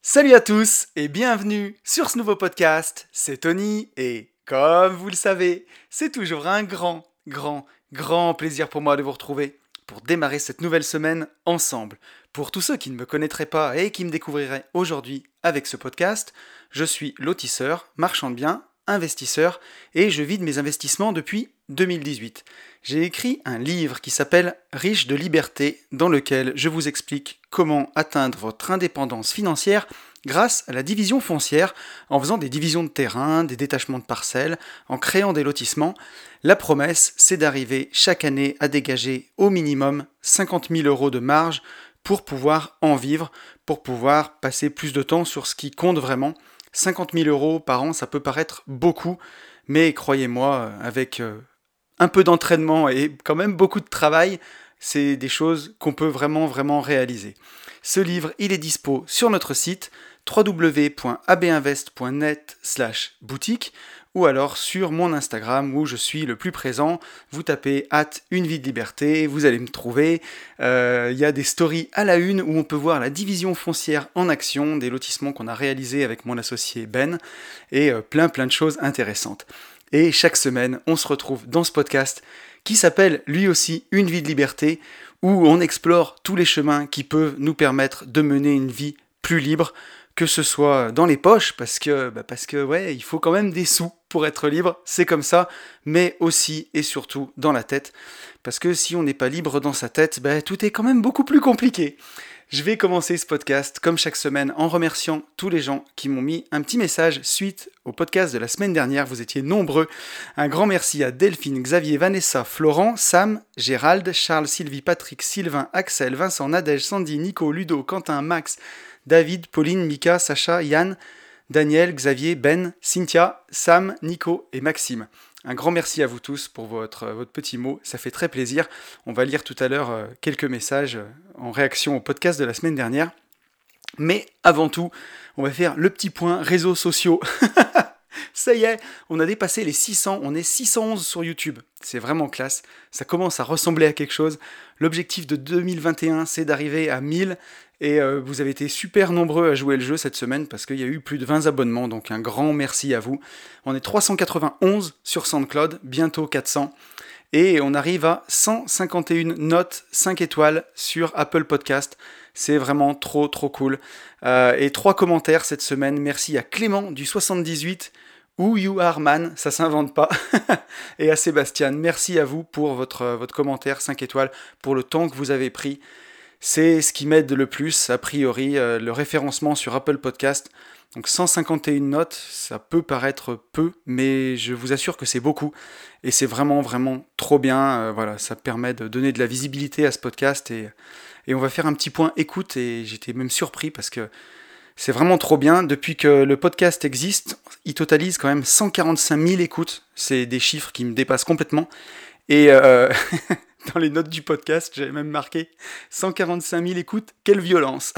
Salut à tous et bienvenue sur ce nouveau podcast, c'est Tony et comme vous le savez, c'est toujours un grand plaisir pour moi de vous retrouver pour démarrer cette nouvelle semaine ensemble. Pour tous ceux qui ne me connaîtraient pas et qui me découvriraient aujourd'hui avec ce podcast, je suis lotisseur, marchand de biens, investisseur et je vis de mes investissements depuis 2018. J'ai écrit un livre qui s'appelle Riche de liberté dans lequel je vous explique comment atteindre votre indépendance financière grâce à la division foncière, en faisant des divisions de terrain, des détachements de parcelles, en créant des lotissements. La promesse, c'est d'arriver chaque année à dégager au minimum 50 000 euros de marge pour pouvoir en vivre, pour pouvoir passer plus de temps sur ce qui compte vraiment. 50 000 euros par an, ça peut paraître beaucoup, mais croyez-moi, avec un peu d'entraînement et quand même beaucoup de travail, c'est des choses qu'on peut vraiment réaliser. Ce livre, il est dispo sur notre site www.abinvest.net/boutique ou alors sur mon Instagram où je suis le plus présent. Vous tapez @une vie de liberté, vous allez me trouver. Il y a des stories à la une où on peut voir la division foncière en action, des lotissements qu'on a réalisés avec mon associé Ben et plein de choses intéressantes. Et chaque semaine, on se retrouve dans ce podcast qui s'appelle lui aussi Une vie de liberté, où on explore tous les chemins qui peuvent nous permettre de mener une vie plus libre, que ce soit dans les poches, parce que ouais, il faut quand même des sous pour être libre, c'est comme ça, mais aussi et surtout dans la tête, parce que si on n'est pas libre dans sa tête, tout est quand même beaucoup plus compliqué. Je vais commencer ce podcast, comme chaque semaine, en remerciant tous les gens qui m'ont mis un petit message suite au podcast de la semaine dernière. Vous étiez nombreux. Un grand merci à Delphine, Xavier, Vanessa, Florent, Sam, Gérald, Charles, Sylvie, Patrick, Sylvain, Axel, Vincent, Nadège, Sandy, Nico, Ludo, Quentin, Max, David, Pauline, Mika, Sacha, Yann, Daniel, Xavier, Ben, Cynthia, Sam, Nico et Maxime. Un grand merci à vous tous pour votre petit mot, ça fait très plaisir. On va lire tout à l'heure quelques messages en réaction au podcast de la semaine dernière. Mais avant tout, on va faire le petit point réseaux sociaux. Ça y est, on a dépassé les 600, on est 611 sur YouTube. C'est vraiment classe, ça commence à ressembler à quelque chose. L'objectif de 2021, c'est d'arriver à 1000. Et vous avez été super nombreux à jouer le jeu cette semaine parce qu'il y a eu plus de 20 abonnements, donc un grand merci à vous. On est 391 sur SoundCloud, bientôt 400. Et on arrive à 151 notes 5 étoiles sur Apple Podcast. C'est vraiment trop cool. Et 3 commentaires cette semaine. Merci à Clément du 78. Who you are man, ça s'invente pas. Et à Sébastien, merci à vous pour votre commentaire 5 étoiles, pour le temps que vous avez pris. C'est ce qui m'aide le plus, a priori, le référencement sur Apple Podcast. Donc 151 notes, ça peut paraître peu, mais je vous assure que c'est beaucoup. Et c'est vraiment trop bien. Voilà, ça permet de donner de la visibilité à ce podcast. Et on va faire un petit point écoute. Et j'étais même surpris parce que c'est vraiment trop bien. Depuis que le podcast existe, il totalise quand même 145 000 écoutes. C'est des chiffres qui me dépassent complètement. Et dans les notes du podcast, j'avais même marqué 145 000 écoutes, quelle violence.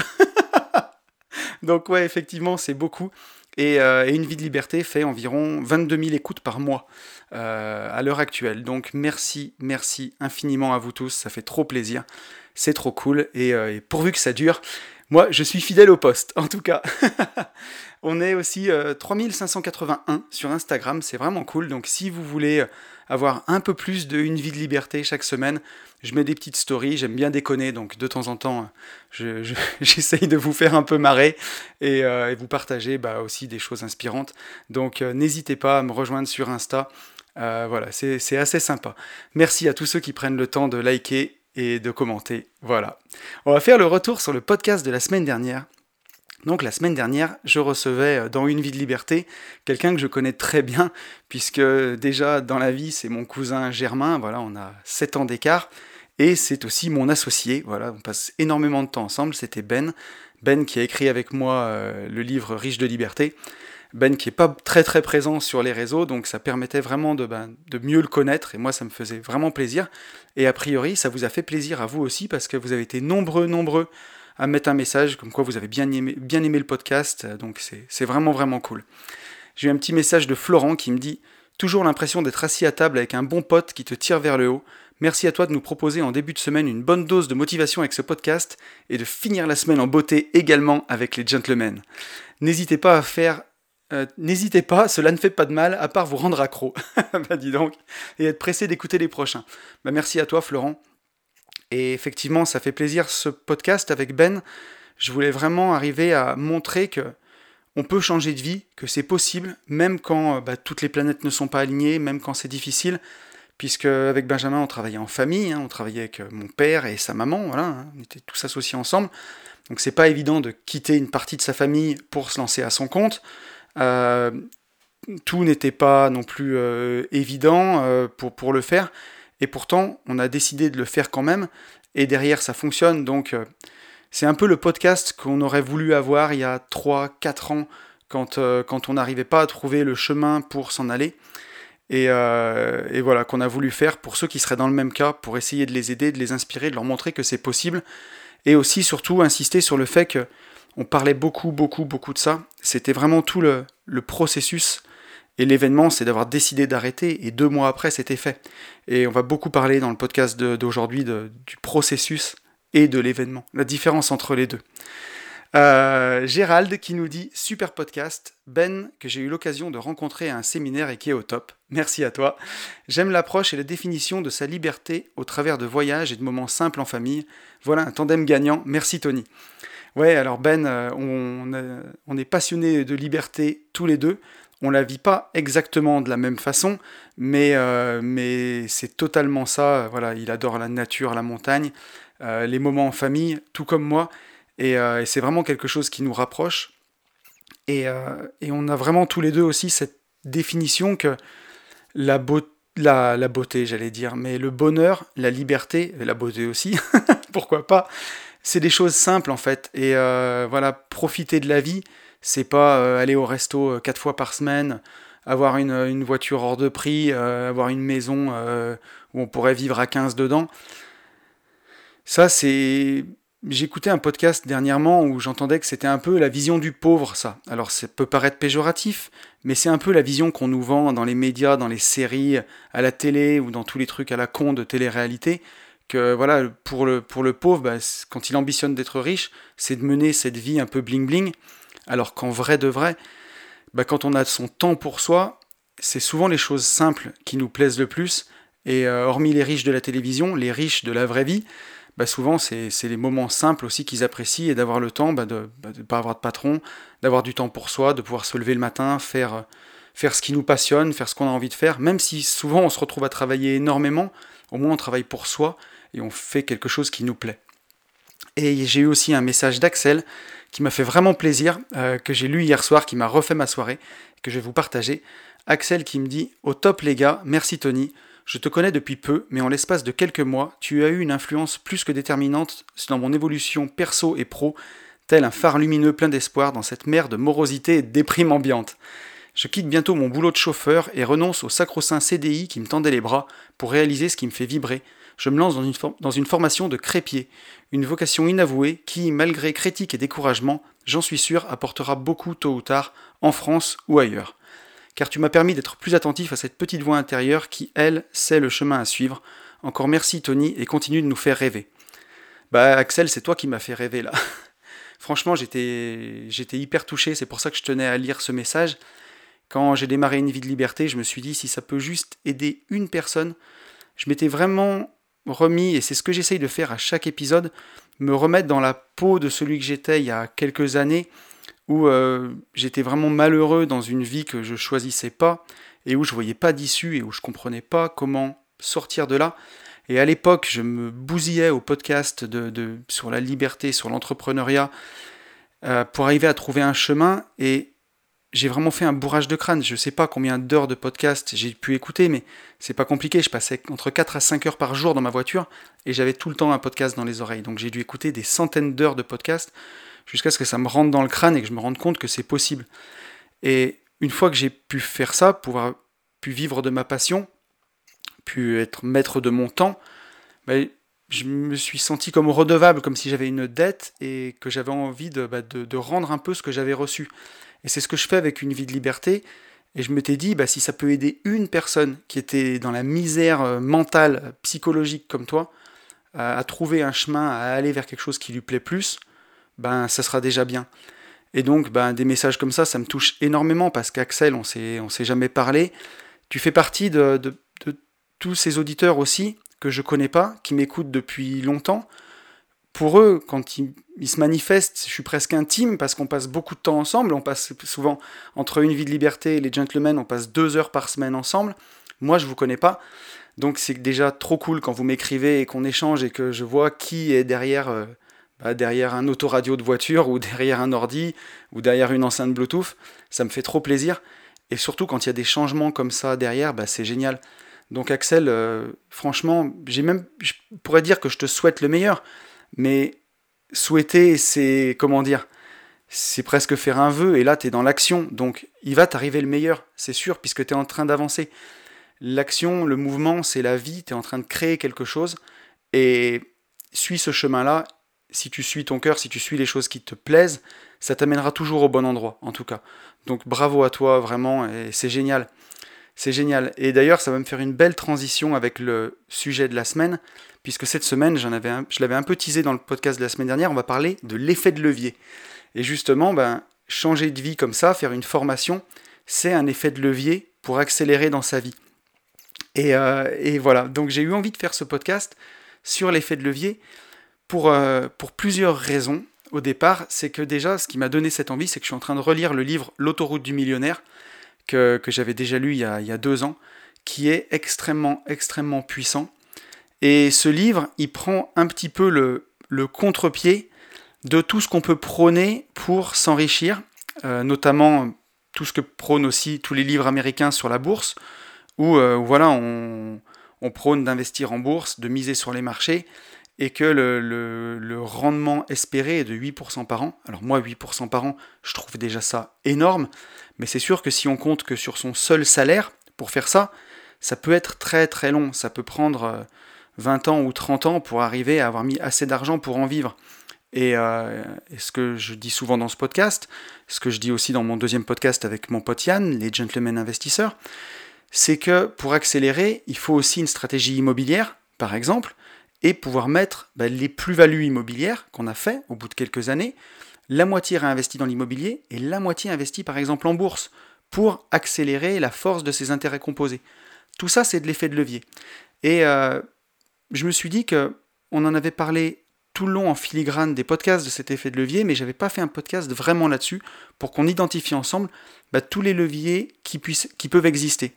Donc ouais, effectivement, c'est beaucoup. Et Une vie de liberté fait environ 22 000 écoutes par mois à l'heure actuelle. Donc merci infiniment à vous tous, ça fait trop plaisir, c'est trop cool. Et pourvu que ça dure, moi je suis fidèle au poste, en tout cas. On est aussi 3581 sur Instagram, c'est vraiment cool. Donc si vous voulez avoir un peu plus de Une vie de liberté chaque semaine, je mets des petites stories, j'aime bien déconner, donc de temps en temps, j'essaye de vous faire un peu marrer et vous partager aussi des choses inspirantes. Donc n'hésitez pas à me rejoindre sur Insta. Voilà, c'est assez sympa. Merci à tous ceux qui prennent le temps de liker et de commenter. Voilà. On va faire le retour sur le podcast de la semaine dernière. Donc la semaine dernière, je recevais dans Une vie de liberté quelqu'un que je connais très bien, puisque déjà dans la vie, c'est mon cousin Germain, voilà, on a 7 ans d'écart, et c'est aussi mon associé, voilà, on passe énormément de temps ensemble, c'était Ben qui a écrit avec moi le livre Riche de liberté, Ben qui n'est pas très présent sur les réseaux, donc ça permettait vraiment de mieux le connaître, et moi ça me faisait vraiment plaisir, et a priori ça vous a fait plaisir à vous aussi, parce que vous avez été nombreux à mettre un message comme quoi vous avez bien aimé le podcast, donc c'est vraiment cool. J'ai eu un petit message de Florent qui me dit « Toujours l'impression d'être assis à table avec un bon pote qui te tire vers le haut, Merci à toi de nous proposer en début de semaine une bonne dose de motivation avec ce podcast et de finir la semaine en beauté également avec les gentlemen. N'hésitez pas à faire... n'hésitez pas, cela ne fait pas de mal, à part vous rendre accro. Bah dis donc, et être pressé d'écouter les prochains. Bah merci à toi Florent. Et effectivement, ça fait plaisir ce podcast avec Ben. Je voulais vraiment arriver à montrer que on peut changer de vie, que c'est possible, même quand toutes les planètes ne sont pas alignées, même quand c'est difficile, puisque avec Benjamin, on travaillait en famille, on travaillait avec mon père et sa maman, voilà, on était tous associés ensemble. Donc c'est pas évident de quitter une partie de sa famille pour se lancer à son compte. Euh, Tout n'était pas non plus évident pour le faire, et pourtant on a décidé de le faire quand même, et derrière ça fonctionne, donc c'est un peu le podcast qu'on aurait voulu avoir il y a 3 4 ans, quand on n'arrivait pas à trouver le chemin pour s'en aller, et voilà, qu'on a voulu faire pour ceux qui seraient dans le même cas, pour essayer de les aider, de les inspirer, de leur montrer que c'est possible, et aussi surtout insister sur le fait que on parlait beaucoup, beaucoup, beaucoup de ça, c'était vraiment tout le processus. Et l'événement, c'est d'avoir décidé d'arrêter, et 2 mois après, c'était fait. Et on va beaucoup parler dans le podcast d'aujourd'hui du processus et de l'événement, la différence entre les deux. Gérald qui nous dit « Super podcast, Ben, que j'ai eu l'occasion de rencontrer à un séminaire et qui est au top. Merci à toi. J'aime l'approche et la définition de sa liberté au travers de voyages et de moments simples en famille. Voilà un tandem gagnant. Merci Tony. » Ouais, alors Ben, on est passionnés de liberté tous les deux. On la vit pas exactement de la même façon, mais c'est totalement ça. Voilà, il adore la nature, la montagne, les moments en famille, tout comme moi. Et c'est vraiment quelque chose qui nous rapproche. Et on a vraiment tous les deux aussi cette définition que la beauté, j'allais dire, mais le bonheur, la liberté, et la beauté aussi, pourquoi pas, c'est des choses simples en fait. Et voilà, profiter de la vie, c'est pas aller au resto 4 fois par semaine, avoir une voiture hors de prix, avoir une maison où on pourrait vivre à 15 dedans. Ça, c'est... J'écoutais un podcast dernièrement où j'entendais que c'était un peu la vision du pauvre, ça. Alors, ça peut paraître péjoratif, mais c'est un peu la vision qu'on nous vend dans les médias, dans les séries, à la télé ou dans tous les trucs à la con de télé-réalité. Que voilà, pour le pauvre, quand il ambitionne d'être riche, c'est de mener cette vie un peu bling-bling. Alors qu'en vrai de vrai, quand on a son temps pour soi, c'est souvent les choses simples qui nous plaisent le plus. Et hormis les riches de la télévision, les riches de la vraie vie, souvent c'est les moments simples aussi qu'ils apprécient, et d'avoir le temps de ne pas avoir de patron, d'avoir du temps pour soi, de pouvoir se lever le matin, faire ce qui nous passionne, faire ce qu'on a envie de faire, même si souvent on se retrouve à travailler énormément, au moins on travaille pour soi et on fait quelque chose qui nous plaît. Et j'ai eu aussi un message d'Axel qui m'a fait vraiment plaisir, que j'ai lu hier soir, qui m'a refait ma soirée, que je vais vous partager. Axel qui me dit « Au top les gars, merci Tony. Je te connais depuis peu, mais en l'espace de quelques mois, tu as eu une influence plus que déterminante dans mon évolution perso et pro, tel un phare lumineux plein d'espoir dans cette mer de morosité et de déprime ambiante. Je quitte bientôt mon boulot de chauffeur et renonce au sacro-saint CDI qui me tendait les bras pour réaliser ce qui me fait vibrer. Je me lance dans une formation de crépier, une vocation inavouée qui, malgré critiques et découragement, j'en suis sûr, apportera beaucoup tôt ou tard, en France ou ailleurs. Car tu m'as permis d'être plus attentif à cette petite voix intérieure qui, elle, sait le chemin à suivre. Encore merci Tony et continue de nous faire rêver. » Axel, c'est toi qui m'as fait rêver là. Franchement, j'étais hyper touché, c'est pour ça que je tenais à lire ce message. Quand j'ai démarré Une vie de liberté, je me suis dit si ça peut juste aider une personne. Je m'étais vraiment remis, et c'est ce que j'essaye de faire à chaque épisode, me remettre dans la peau de celui que j'étais il y a quelques années, où j'étais vraiment malheureux dans une vie que je choisissais pas, et où je voyais pas d'issue, et où je comprenais pas comment sortir de là. Et à l'époque, je me bousillais au podcast sur la liberté, sur l'entrepreneuriat, pour arriver à trouver un chemin, et j'ai vraiment fait un bourrage de crâne. Je sais pas combien d'heures de podcast j'ai pu écouter, mais c'est pas compliqué. Je passais entre 4 à 5 heures par jour dans ma voiture, et j'avais tout le temps un podcast dans les oreilles. Donc j'ai dû écouter des centaines d'heures de podcast, jusqu'à ce que ça me rentre dans le crâne et que je me rende compte que c'est possible. Et une fois que j'ai pu faire ça, pu vivre de ma passion, pu être maître de mon temps, je me suis senti comme redevable, comme si j'avais une dette et que j'avais envie de rendre un peu ce que j'avais reçu. Et c'est ce que je fais avec Une vie de liberté. Et je m'étais dit, si ça peut aider une personne qui était dans la misère mentale, psychologique comme toi, à trouver un chemin, à aller vers quelque chose qui lui plaît plus, ça sera déjà bien. Et donc, des messages comme ça me touche énormément parce qu'Axel, on s'est jamais parlé. Tu fais partie de tous ces auditeurs aussi que je connais pas, qui m'écoutent depuis longtemps. Pour eux, quand ils se manifestent, je suis presque intime parce qu'on passe beaucoup de temps ensemble. On passe souvent entre Une vie de liberté et les gentlemen, on passe 2 heures par semaine ensemble. Moi, je vous connais pas. Donc c'est déjà trop cool quand vous m'écrivez et qu'on échange et que je vois qui est derrière un autoradio de voiture ou derrière un ordi ou derrière une enceinte Bluetooth. Ça me fait trop plaisir. Et surtout quand il y a des changements comme ça derrière, c'est génial. Donc Axel, franchement, je pourrais dire que je te souhaite le meilleur, mais souhaiter, c'est, comment dire, c'est presque faire un vœu, et là, tu es dans l'action, donc il va t'arriver le meilleur, c'est sûr, puisque tu es en train d'avancer. L'action, le mouvement, c'est la vie, tu es en train de créer quelque chose, et suis ce chemin-là, si tu suis ton cœur, si tu suis les choses qui te plaisent, ça t'amènera toujours au bon endroit, en tout cas. Donc bravo à toi, vraiment, et c'est génial. C'est génial. Et d'ailleurs, ça va me faire une belle transition avec le sujet de la semaine, puisque cette semaine, je l'avais un peu teasé dans le podcast de la semaine dernière, on va parler de l'effet de levier. Et justement, changer de vie comme ça, faire une formation, c'est un effet de levier pour accélérer dans sa vie. Et voilà, donc j'ai eu envie de faire ce podcast sur l'effet de levier pour plusieurs raisons. Au départ, c'est que déjà, ce qui m'a donné cette envie, c'est que je suis en train de relire le livre L'autoroute du millionnaire, que j'avais déjà lu il y a 2 ans, qui est extrêmement, extrêmement puissant. Et ce livre, il prend un petit peu le contre-pied de tout ce qu'on peut prôner pour s'enrichir, notamment tout ce que prônent aussi tous les livres américains sur la bourse, où voilà, on prône d'investir en bourse, de miser sur les marchés, et que le rendement espéré est de 8% par an. Alors moi, 8% par an, je trouve déjà ça énorme, mais c'est sûr que si on compte que sur son seul salaire, pour faire ça, ça peut être très très long, ça peut prendre 20 ans ou 30 ans pour arriver à avoir mis assez d'argent pour en vivre. Et ce que je dis souvent dans ce podcast, ce que je dis aussi dans mon deuxième podcast avec mon pote Yann, les Gentlemen Investisseurs, c'est que pour accélérer, il faut aussi une stratégie immobilière, par exemple, et pouvoir mettre les plus-values immobilières qu'on a fait au bout de quelques années, la moitié réinvestie dans l'immobilier et la moitié investie par exemple en bourse, pour accélérer la force de ces intérêts composés. Tout ça, c'est de l'effet de levier. Et je me suis dit que on en avait parlé tout le long en filigrane des podcasts de cet effet de levier, mais j'avais pas fait un podcast vraiment là-dessus pour qu'on identifie ensemble tous les leviers qui peuvent exister.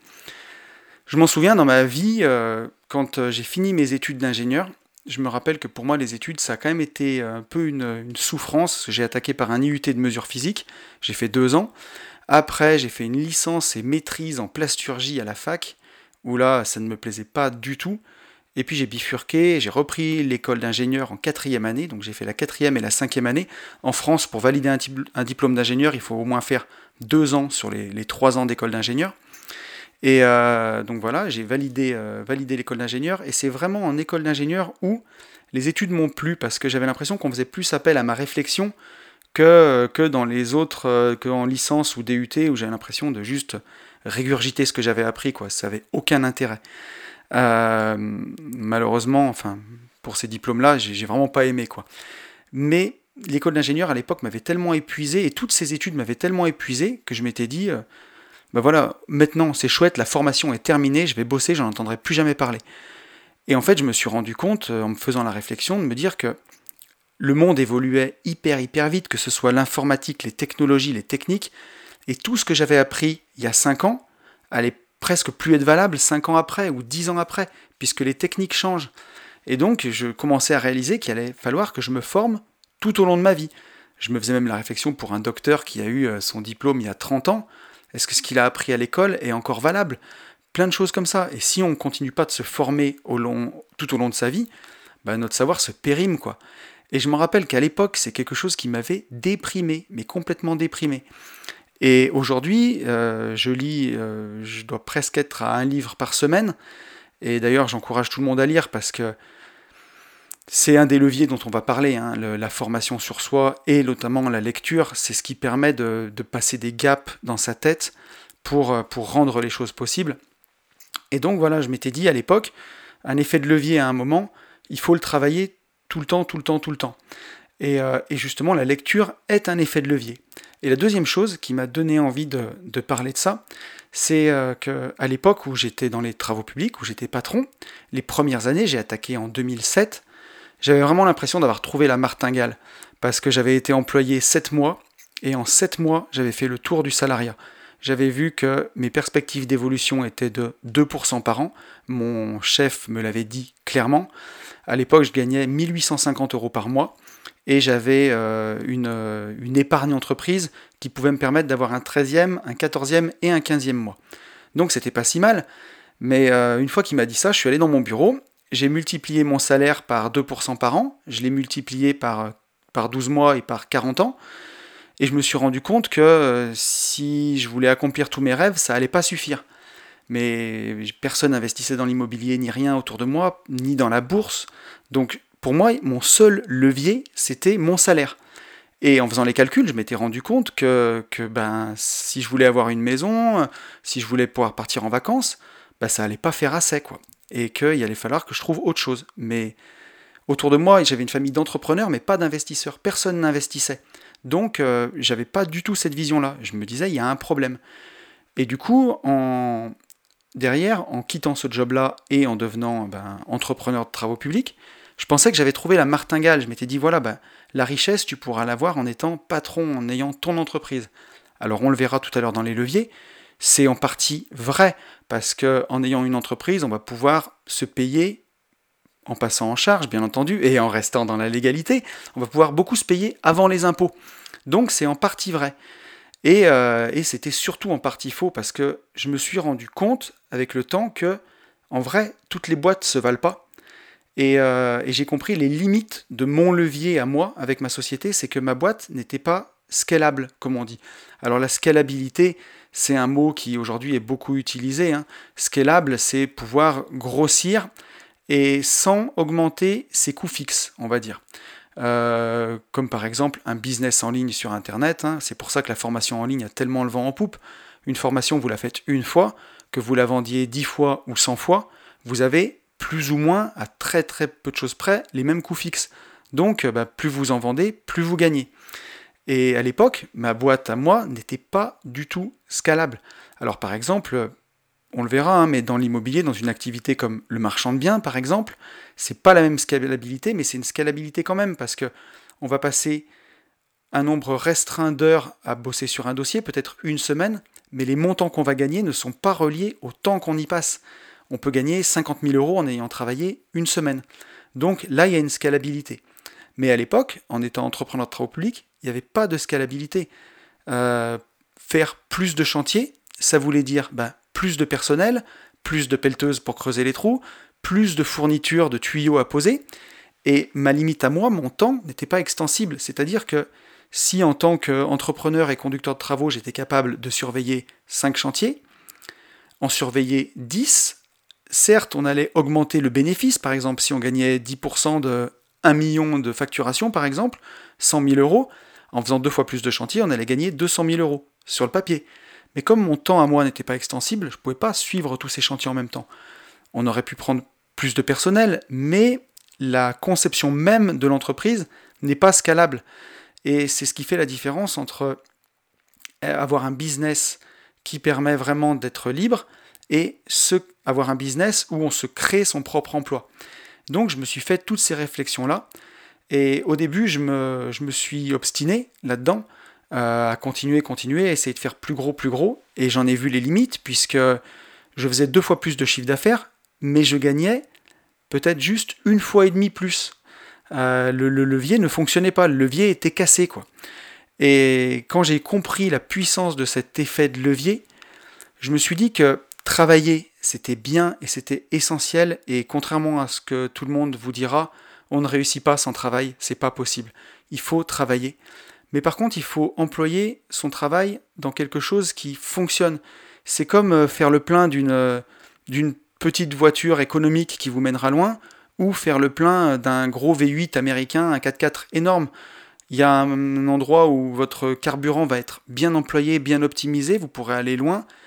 Je m'en souviens dans ma vie, quand j'ai fini mes études d'ingénieur, je me rappelle que pour moi les études ça a quand même été un peu une souffrance. J'ai attaqué par un IUT de mesure physique, j'ai fait 2 ans. Après j'ai fait une licence et maîtrise en plasturgie à la fac, où là ça ne me plaisait pas du tout. Et puis j'ai bifurqué, j'ai repris l'école d'ingénieur en 4e année, donc j'ai fait la 4e et la 5e année. En France, pour valider un diplôme d'ingénieur, il faut au moins faire 2 ans sur les 3 ans d'école d'ingénieur. Et donc voilà, j'ai validé l'école d'ingénieur, et c'est vraiment en école d'ingénieur où les études m'ont plu, parce que j'avais l'impression qu'on faisait plus appel à ma réflexion que dans les autres, qu'en licence ou DUT, où j'avais l'impression de juste régurgiter ce que j'avais appris, quoi. Ça n'avait aucun intérêt. Malheureusement, enfin, pour ces diplômes-là, j'ai vraiment pas aimé, quoi. Mais l'école d'ingénieur à l'époque m'avait tellement épuisé, et toutes ces études m'avaient tellement épuisé, que je m'étais dit, voilà, maintenant c'est chouette, la formation est terminée, je vais bosser, j'en entendrai plus jamais parler. Et en fait, je me suis rendu compte, en me faisant la réflexion, de me dire que le monde évoluait hyper hyper vite, que ce soit l'informatique, les technologies, les techniques, et tout ce que j'avais appris il y a 5 ans allait presque plus être valable 5 ans après ou 10 ans après, puisque les techniques changent. Et donc, je commençais à réaliser qu'il allait falloir que je me forme tout au long de ma vie. Je me faisais même la réflexion pour un docteur qui a eu son diplôme il y a 30 ans. Est-ce que ce qu'il a appris à l'école est encore valable ? Plein de choses comme ça. Et si on ne continue pas de se former tout au long de sa vie, notre savoir se périme, quoi. Et je me rappelle qu'à l'époque, c'est quelque chose qui m'avait déprimé, mais complètement déprimé. Et aujourd'hui, je dois presque être à un livre par semaine. Et d'ailleurs, j'encourage tout le monde à lire, parce que c'est un des leviers dont on va parler, hein, la formation sur soi et notamment la lecture. C'est ce qui permet de passer des gaps dans sa tête pour rendre les choses possibles. Et donc voilà, je m'étais dit à l'époque, un effet de levier à un moment, il faut le travailler tout le temps, tout le temps, tout le temps. Et justement, la lecture est un effet de levier. Et la deuxième chose qui m'a donné envie de parler de ça, c'est qu'à l'époque où j'étais dans les travaux publics, où j'étais patron, les premières années, j'ai attaqué en 2007, j'avais vraiment l'impression d'avoir trouvé la martingale, parce que j'avais été employé 7 mois, et en 7 mois, j'avais fait le tour du salariat. J'avais vu que mes perspectives d'évolution étaient de 2% par an, mon chef me l'avait dit clairement. À l'époque, je gagnais 1850 € par mois, et j'avais une épargne entreprise qui pouvait me permettre d'avoir un 13e, un 14e et un 15e mois. Donc c'était pas si mal, mais une fois qu'il m'a dit ça, je suis allé dans mon bureau, j'ai multiplié mon salaire par 2% par an, je l'ai multiplié par 12 mois et par 40 ans, et je me suis rendu compte que si je voulais accomplir tous mes rêves, ça allait pas suffire. Mais personne n'investissait dans l'immobilier, ni rien autour de moi, ni dans la bourse. Donc pour moi, mon seul levier, c'était mon salaire. Et en faisant les calculs, je m'étais rendu compte que si je voulais avoir une maison, si je voulais pouvoir partir en vacances, ça allait pas faire assez, quoi. Et qu'il allait falloir que je trouve autre chose. Mais autour de moi, j'avais une famille d'entrepreneurs, mais pas d'investisseurs. Personne n'investissait. Donc j'avais pas du tout cette vision-là. Je me disais, il y a un problème. Et du coup, derrière, en quittant ce job-là et en devenant entrepreneur de travaux publics, je pensais que j'avais trouvé la martingale. Je m'étais dit, voilà, la richesse, tu pourras l'avoir en étant patron, en ayant ton entreprise. Alors on le verra tout à l'heure dans les leviers, c'est en partie vrai, parce qu'en ayant une entreprise, on va pouvoir se payer, en passant en charge, bien entendu, et en restant dans la légalité, on va pouvoir beaucoup se payer avant les impôts. Donc c'est en partie vrai. Et c'était surtout en partie faux, parce que je me suis rendu compte, avec le temps, que, en vrai, toutes les boîtes se valent pas. Et j'ai compris les limites de mon levier à moi, avec ma société, c'est que ma boîte n'était pas scalable, comme on dit. Alors la scalabilité, c'est un mot qui aujourd'hui est beaucoup utilisé, hein. Scalable, c'est pouvoir grossir et sans augmenter ses coûts fixes, on va dire. Comme par exemple un business en ligne sur Internet, hein. C'est pour ça que la formation en ligne a tellement le vent en poupe. Une formation, vous la faites une fois, que vous la vendiez 10 fois ou 100 fois, vous avez plus ou moins, à très très peu de choses près, les mêmes coûts fixes. Donc, plus vous en vendez, plus vous gagnez. Et à l'époque, ma boîte à moi n'était pas du tout scalable. Alors par exemple, on le verra, hein, mais dans l'immobilier, dans une activité comme le marchand de biens, par exemple, c'est pas la même scalabilité, mais c'est une scalabilité quand même, parce que on va passer un nombre restreint d'heures à bosser sur un dossier, peut-être une semaine, mais les montants qu'on va gagner ne sont pas reliés au temps qu'on y passe. On peut gagner 50 000 € en ayant travaillé une semaine. Donc là, il y a une scalabilité. Mais à l'époque, en étant entrepreneur de travaux publics, il n'y avait pas de scalabilité. Faire plus de chantiers, ça voulait dire plus de personnel, plus de pelleteuses pour creuser les trous, plus de fournitures, de tuyaux à poser. Et ma limite à moi, mon temps, n'était pas extensible. C'est-à-dire que si en tant qu'entrepreneur et conducteur de travaux, j'étais capable de surveiller 5 chantiers, en surveiller 10, certes, on allait augmenter le bénéfice. Par exemple, si on gagnait 10% de 1 million de facturation, par exemple, 100 000 €, en faisant 2 fois plus de chantiers, on allait gagner 200 000 € sur le papier. Mais comme mon temps à moi n'était pas extensible, je ne pouvais pas suivre tous ces chantiers en même temps. On aurait pu prendre plus de personnel, mais la conception même de l'entreprise n'est pas scalable. Et c'est ce qui fait la différence entre avoir un business qui permet vraiment d'être libre et avoir un business où on se crée son propre emploi. Donc je me suis fait toutes ces réflexions-là, et au début je me suis obstiné là-dedans, à continuer, à essayer de faire plus gros, et j'en ai vu les limites, puisque je faisais 2 fois plus de chiffre d'affaires, mais je gagnais peut-être juste 1,5 fois plus. Le levier ne fonctionnait pas, le levier était cassé, quoi. Et quand j'ai compris la puissance de cet effet de levier, je me suis dit que travailler, c'était bien et c'était essentiel, et contrairement à ce que tout le monde vous dira, on ne réussit pas sans travail, c'est pas possible. Il faut travailler. Mais par contre, il faut employer son travail dans quelque chose qui fonctionne. C'est comme faire le plein d'une petite voiture économique qui vous mènera loin, ou faire le plein d'un gros V8 américain, un 4x4 énorme. Il y a un endroit où votre carburant va être bien employé, bien optimisé, vous pourrez aller loin,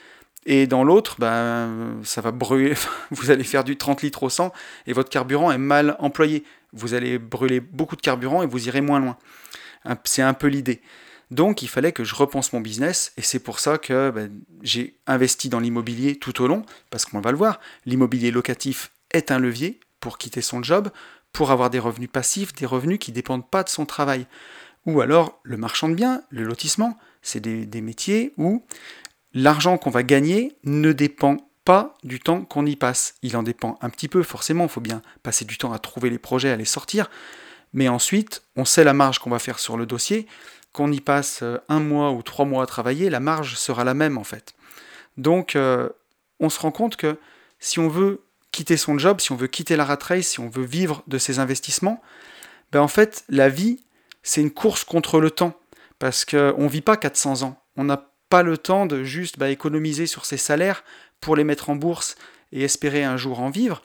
Et dans l'autre, ça va brûler, vous allez faire du 30 litres au 100 et votre carburant est mal employé. Vous allez brûler beaucoup de carburant et vous irez moins loin. C'est un peu l'idée. Donc il fallait que je repense mon business et c'est pour ça que j'ai investi dans l'immobilier tout au long, parce qu'on va le voir, l'immobilier locatif est un levier pour quitter son job, pour avoir des revenus passifs, des revenus qui ne dépendent pas de son travail. Ou alors le marchand de biens, le lotissement, c'est des métiers où l'argent qu'on va gagner ne dépend pas du temps qu'on y passe. Il en dépend un petit peu, forcément, il faut bien passer du temps à trouver les projets, à les sortir, mais ensuite, on sait la marge qu'on va faire sur le dossier. Qu'on y passe 1 mois ou 3 mois à travailler, la marge sera la même en fait. Donc on se rend compte que si on veut quitter son job, si on veut quitter la rat race, si on veut vivre de ses investissements, en fait la vie c'est une course contre le temps. Parce qu'on ne vit pas 400 ans. On n'a pas le temps de juste économiser sur ses salaires pour les mettre en bourse et espérer un jour en vivre.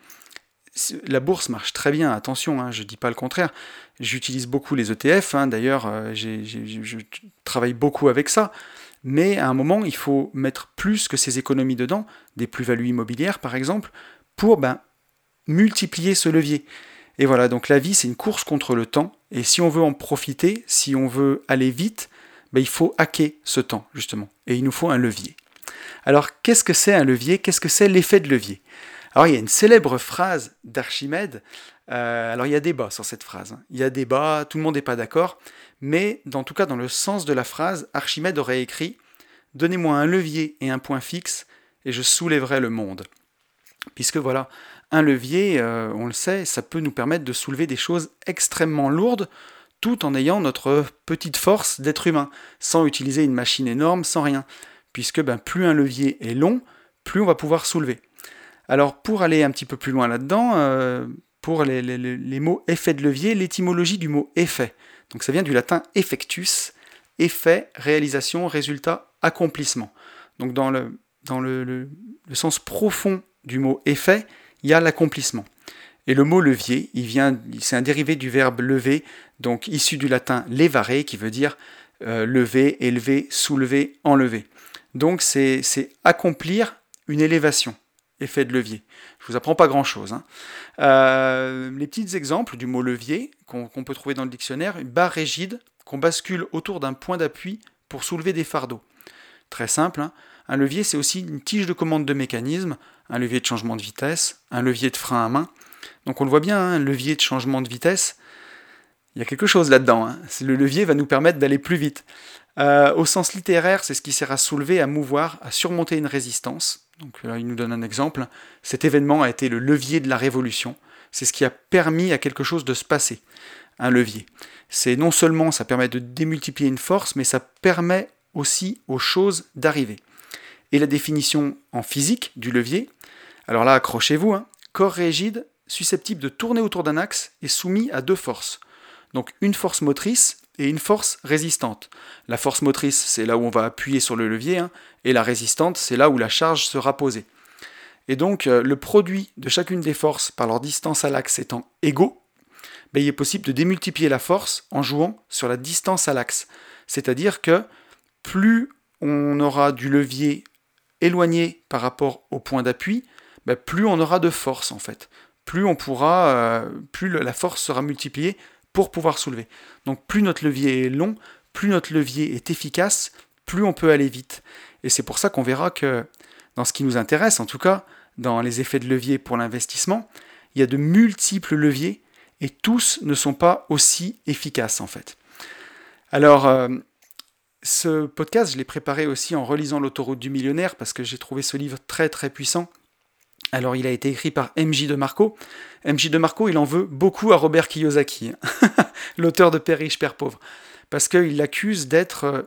La bourse marche très bien, attention, je ne dis pas le contraire. J'utilise beaucoup les ETF, d'ailleurs, je travaille beaucoup avec ça. Mais à un moment, il faut mettre plus que ses économies dedans, des plus-values immobilières par exemple, pour multiplier ce levier. Et voilà, donc la vie, c'est une course contre le temps. Et si on veut en profiter, si on veut aller vite, il faut hacker ce temps, justement. Et il nous faut un levier. Alors, qu'est-ce que c'est un levier ? Qu'est-ce que c'est l'effet de levier ? Alors il y a une célèbre phrase d'Archimède, alors il y a débat sur cette phrase, il y a débat, tout le monde n'est pas d'accord, mais en tout cas dans le sens de la phrase, Archimède aurait écrit « Donnez-moi un levier et un point fixe, et je soulèverai le monde ». Puisque voilà, un levier, on le sait, ça peut nous permettre de soulever des choses extrêmement lourdes, tout en ayant notre petite force d'être humain, sans utiliser une machine énorme, sans rien. Puisque plus un levier est long, plus on va pouvoir soulever. Alors pour aller un petit peu plus loin là-dedans, pour les mots effet de levier, l'étymologie du mot effet. Donc ça vient du latin effectus, effet, réalisation, résultat, accomplissement. Donc dans le sens profond du mot effet, il y a l'accomplissement. Et le mot levier, c'est un dérivé du verbe lever, donc issu du latin levare, qui veut dire lever, élever, soulever, enlever. Donc c'est accomplir une élévation. Effet de levier. Je vous apprends pas grand-chose. Les petits exemples du mot levier qu'on peut trouver dans le dictionnaire, une barre rigide qu'on bascule autour d'un point d'appui pour soulever des fardeaux. Très simple. Un levier, c'est aussi une tige de commande de mécanisme, un levier de changement de vitesse, un levier de frein à main. Donc on le voit bien, un levier de changement de vitesse, il y a quelque chose là-dedans. Le levier va nous permettre d'aller plus vite. Au sens littéraire, c'est ce qui sert à soulever, à mouvoir, à surmonter une résistance. Donc là, il nous donne un exemple. Cet événement a été le levier de la révolution. C'est ce qui a permis à quelque chose de se passer. Un levier. C'est non seulement ça permet de démultiplier une force, mais ça permet aussi aux choses d'arriver. Et la définition en physique du levier, alors là, accrochez-vous, corps rigide, susceptible de tourner autour d'un axe et soumis à 2 forces. Donc une force motrice et une force résistante. La force motrice, c'est là où on va appuyer sur le levier, et la résistante, c'est là où la charge sera posée. Et donc, le produit de chacune des forces par leur distance à l'axe étant égaux, il est possible de démultiplier la force en jouant sur la distance à l'axe. C'est-à-dire que plus on aura du levier éloigné par rapport au point d'appui, plus on aura de force en fait. Plus la force sera multipliée pour pouvoir soulever. Donc plus notre levier est long, plus notre levier est efficace, plus on peut aller vite. Et c'est pour ça qu'on verra que, dans ce qui nous intéresse, en tout cas, dans les effets de levier pour l'investissement, il y a de multiples leviers et tous ne sont pas aussi efficaces en fait. Alors, ce podcast, je l'ai préparé aussi en relisant L'autoroute du millionnaire parce que j'ai trouvé ce livre très très puissant. Alors, il a été écrit par M.J. DeMarco. M.J. DeMarco, il en veut beaucoup à Robert Kiyosaki, l'auteur de Père riche, Père pauvre, parce qu'il l'accuse d'être,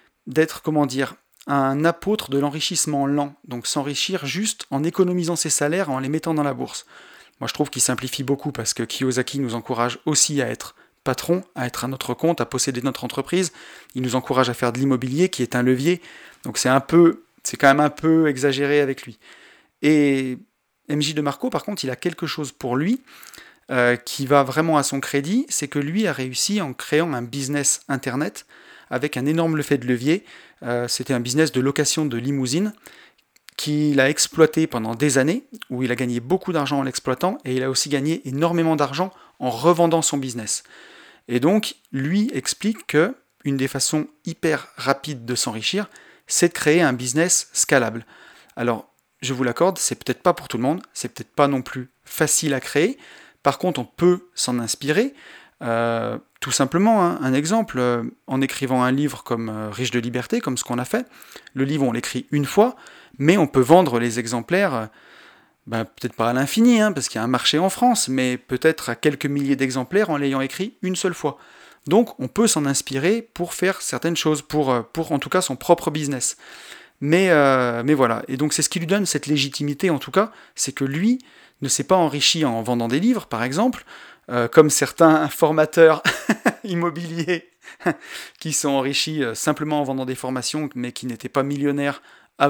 un apôtre de l'enrichissement lent, donc s'enrichir juste en économisant ses salaires, en les mettant dans la bourse. Moi, je trouve qu'il simplifie beaucoup, parce que Kiyosaki nous encourage aussi à être patron, à être à notre compte, à posséder notre entreprise. Il nous encourage à faire de l'immobilier, qui est un levier. Donc c'est quand même un peu exagéré avec lui. Et M.J. DeMarco, par contre, il a quelque chose pour lui qui va vraiment à son crédit, c'est que lui a réussi en créant un business internet avec un énorme effet de levier. C'était un business de location de limousines qu'il a exploité pendant des années, où il a gagné beaucoup d'argent en l'exploitant, et il a aussi gagné énormément d'argent en revendant son business. Et donc, lui explique que une des façons hyper rapides de s'enrichir, c'est de créer un business scalable. Alors, je vous l'accorde, c'est peut-être pas pour tout le monde, c'est peut-être pas non plus facile à créer. Par contre, on peut s'en inspirer. Tout simplement, hein, un exemple, en écrivant un livre comme Riche de liberté, comme ce qu'on a fait, le livre on l'écrit une fois, mais on peut vendre les exemplaires, peut-être pas à l'infini, hein, parce qu'il y a un marché en France, mais peut-être à quelques milliers d'exemplaires en l'ayant écrit une seule fois. Donc on peut s'en inspirer pour faire certaines choses, pour en tout cas son propre business. Mais voilà, et donc c'est ce qui lui donne cette légitimité en tout cas, c'est que lui ne s'est pas enrichi en vendant des livres par exemple, comme certains formateurs immobiliers qui sont enrichis simplement en vendant des formations mais qui n'étaient pas millionnaires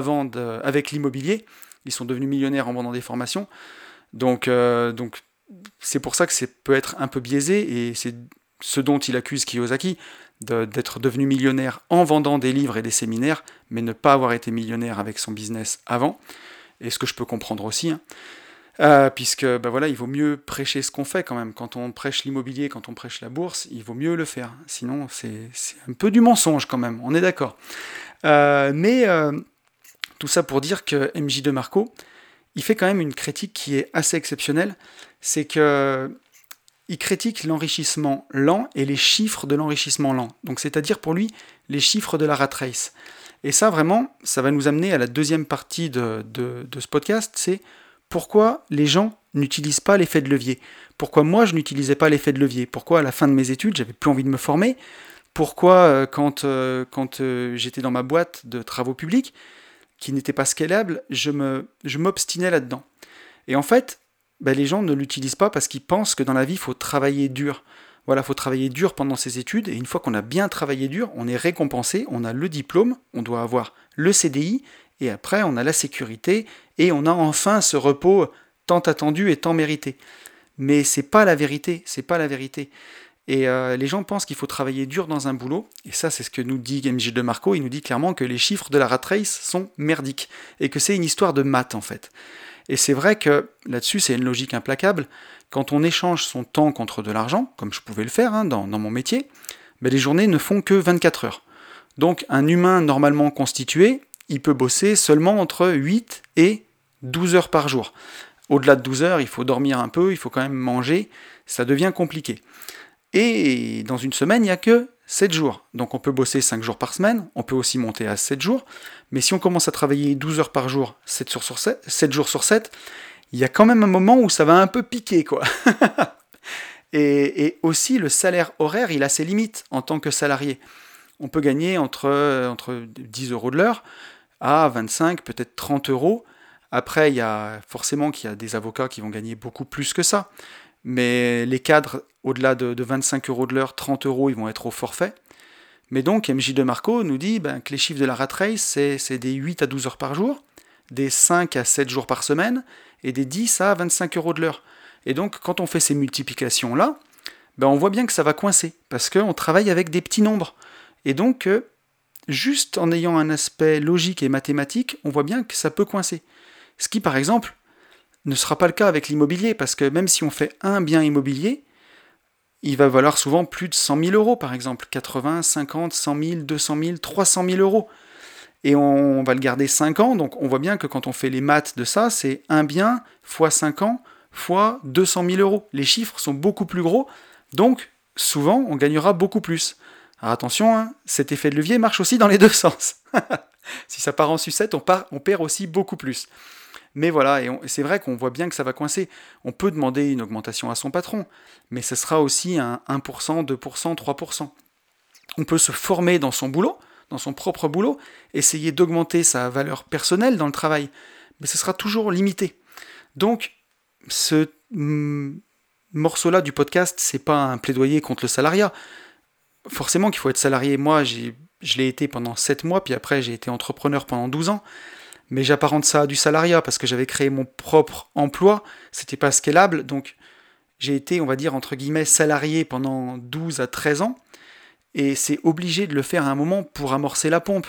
avec l'immobilier, ils sont devenus millionnaires en vendant des formations, donc c'est pour ça que ça peut être un peu biaisé, et c'est ce dont il accuse Kiyosaki, d'être devenu millionnaire en vendant des livres et des séminaires, mais ne pas avoir été millionnaire avec son business avant, et ce que je peux comprendre aussi, hein. Puisque il vaut mieux prêcher ce qu'on fait quand même. Quand on prêche l'immobilier, quand on prêche la bourse, il vaut mieux le faire. Sinon, c'est un peu du mensonge quand même, on est d'accord. Mais tout ça pour dire que MJ DeMarco, il fait quand même une critique qui est assez exceptionnelle. C'est que il critique l'enrichissement lent et les chiffres de l'enrichissement lent. Donc c'est-à-dire pour lui, les chiffres de la rat race. Et ça vraiment, ça va nous amener à la deuxième partie de ce podcast, c'est pourquoi les gens n'utilisent pas l'effet de levier. Pourquoi moi je n'utilisais pas l'effet de levier. Pourquoi à la fin de mes études, j'avais plus envie de me former. Pourquoi quand j'étais dans ma boîte de travaux publics, qui n'était pas scalable, je m'obstinais là-dedans. Et en fait, les gens ne l'utilisent pas parce qu'ils pensent que dans la vie, il faut travailler dur. Voilà, il faut travailler dur pendant ses études, et une fois qu'on a bien travaillé dur, on est récompensé, on a le diplôme, on doit avoir le CDI, et après on a la sécurité, et on a enfin ce repos tant attendu et tant mérité. Mais c'est pas la vérité, c'est pas la vérité. Et les gens pensent qu'il faut travailler dur dans un boulot, et ça c'est ce que nous dit MJ DeMarco, il nous dit clairement que les chiffres de la rat race sont merdiques, et que c'est une histoire de maths en fait. Et c'est vrai que là-dessus c'est une logique implacable. Quand on échange son temps contre de l'argent, comme je pouvais le faire dans mon métier, les journées ne font que 24 heures. Donc un humain normalement constitué, il peut bosser seulement entre 8 et 12 heures par jour. Au-delà de 12 heures, il faut dormir un peu, il faut quand même manger, ça devient compliqué. Et dans une semaine, il n'y a que 7 jours. Donc on peut bosser 5 jours par semaine, on peut aussi monter à 7 jours, mais si on commence à travailler 12 heures par jour, 7 jours sur 7, il y a quand même un moment où ça va un peu piquer, quoi. et aussi, le salaire horaire, il a ses limites en tant que salarié. On peut gagner entre 10 euros de l'heure à 25, peut-être 30 euros. Après, il y a forcément qu'il y a des avocats qui vont gagner beaucoup plus que ça. Mais les cadres, au-delà de 25 euros de l'heure, 30 euros, ils vont être au forfait. Mais donc, MJ DeMarco nous dit que les chiffres de la rat race, c'est des 8 à 12 heures par jour, des 5 à 7 jours par semaine, et des 10 à 25 euros de l'heure. Et donc, quand on fait ces multiplications-là, on voit bien que ça va coincer, parce qu'on travaille avec des petits nombres. Et donc, juste en ayant un aspect logique et mathématique, on voit bien que ça peut coincer. Ce qui, par exemple, ne sera pas le cas avec l'immobilier, parce que même si on fait un bien immobilier, il va valoir souvent plus de 100 000 euros, par exemple, 80, 50, 100 000, 200 000, 300 000 euros. Et on va le garder 5 ans, donc on voit bien que quand on fait les maths de ça, c'est un bien fois 5 ans fois 200 000 euros. Les chiffres sont beaucoup plus gros, donc souvent on gagnera beaucoup plus. Alors attention, hein, cet effet de levier marche aussi dans les deux sens. Si ça part en sucette, on perd aussi beaucoup plus. Mais voilà, et c'est vrai qu'on voit bien que ça va coincer. On peut demander une augmentation à son patron, mais ce sera aussi un 1%, 2%, 3%. On peut se former dans son boulot, dans son propre boulot, essayer d'augmenter sa valeur personnelle dans le travail, mais ce sera toujours limité. Donc, ce morceau-là du podcast, c'est pas un plaidoyer contre le salariat. Forcément qu'il faut être salarié. Moi, je l'ai été pendant 7 mois, puis après j'ai été entrepreneur pendant 12 ans. Mais j'apparente ça à du salariat, parce que j'avais créé mon propre emploi, c'était pas scalable, donc j'ai été, on va dire, entre guillemets, salarié pendant 12 à 13 ans, et c'est obligé de le faire à un moment pour amorcer la pompe.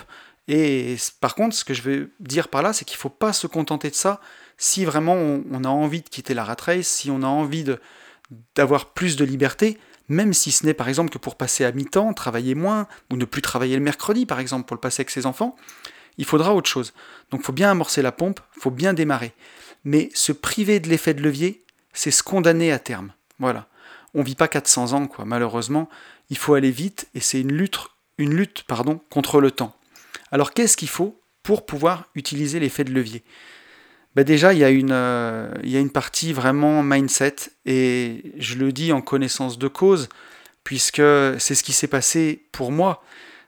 Et par contre, ce que je veux dire par là, c'est qu'il ne faut pas se contenter de ça si vraiment on a envie de quitter la rat race, si on a envie d'avoir plus de liberté, même si ce n'est par exemple que pour passer à mi-temps, travailler moins, ou ne plus travailler le mercredi par exemple pour le passer avec ses enfants, il faudra autre chose. Donc il faut bien amorcer la pompe, il faut bien démarrer. Mais se priver de l'effet de levier, c'est se condamner à terme. Voilà. On ne vit pas 400 ans, quoi, malheureusement. Il faut aller vite et c'est une lutte contre le temps. Alors qu'est-ce qu'il faut pour pouvoir utiliser l'effet de levier ? Déjà, il y a une partie vraiment mindset, et je le dis en connaissance de cause, puisque c'est ce qui s'est passé pour moi.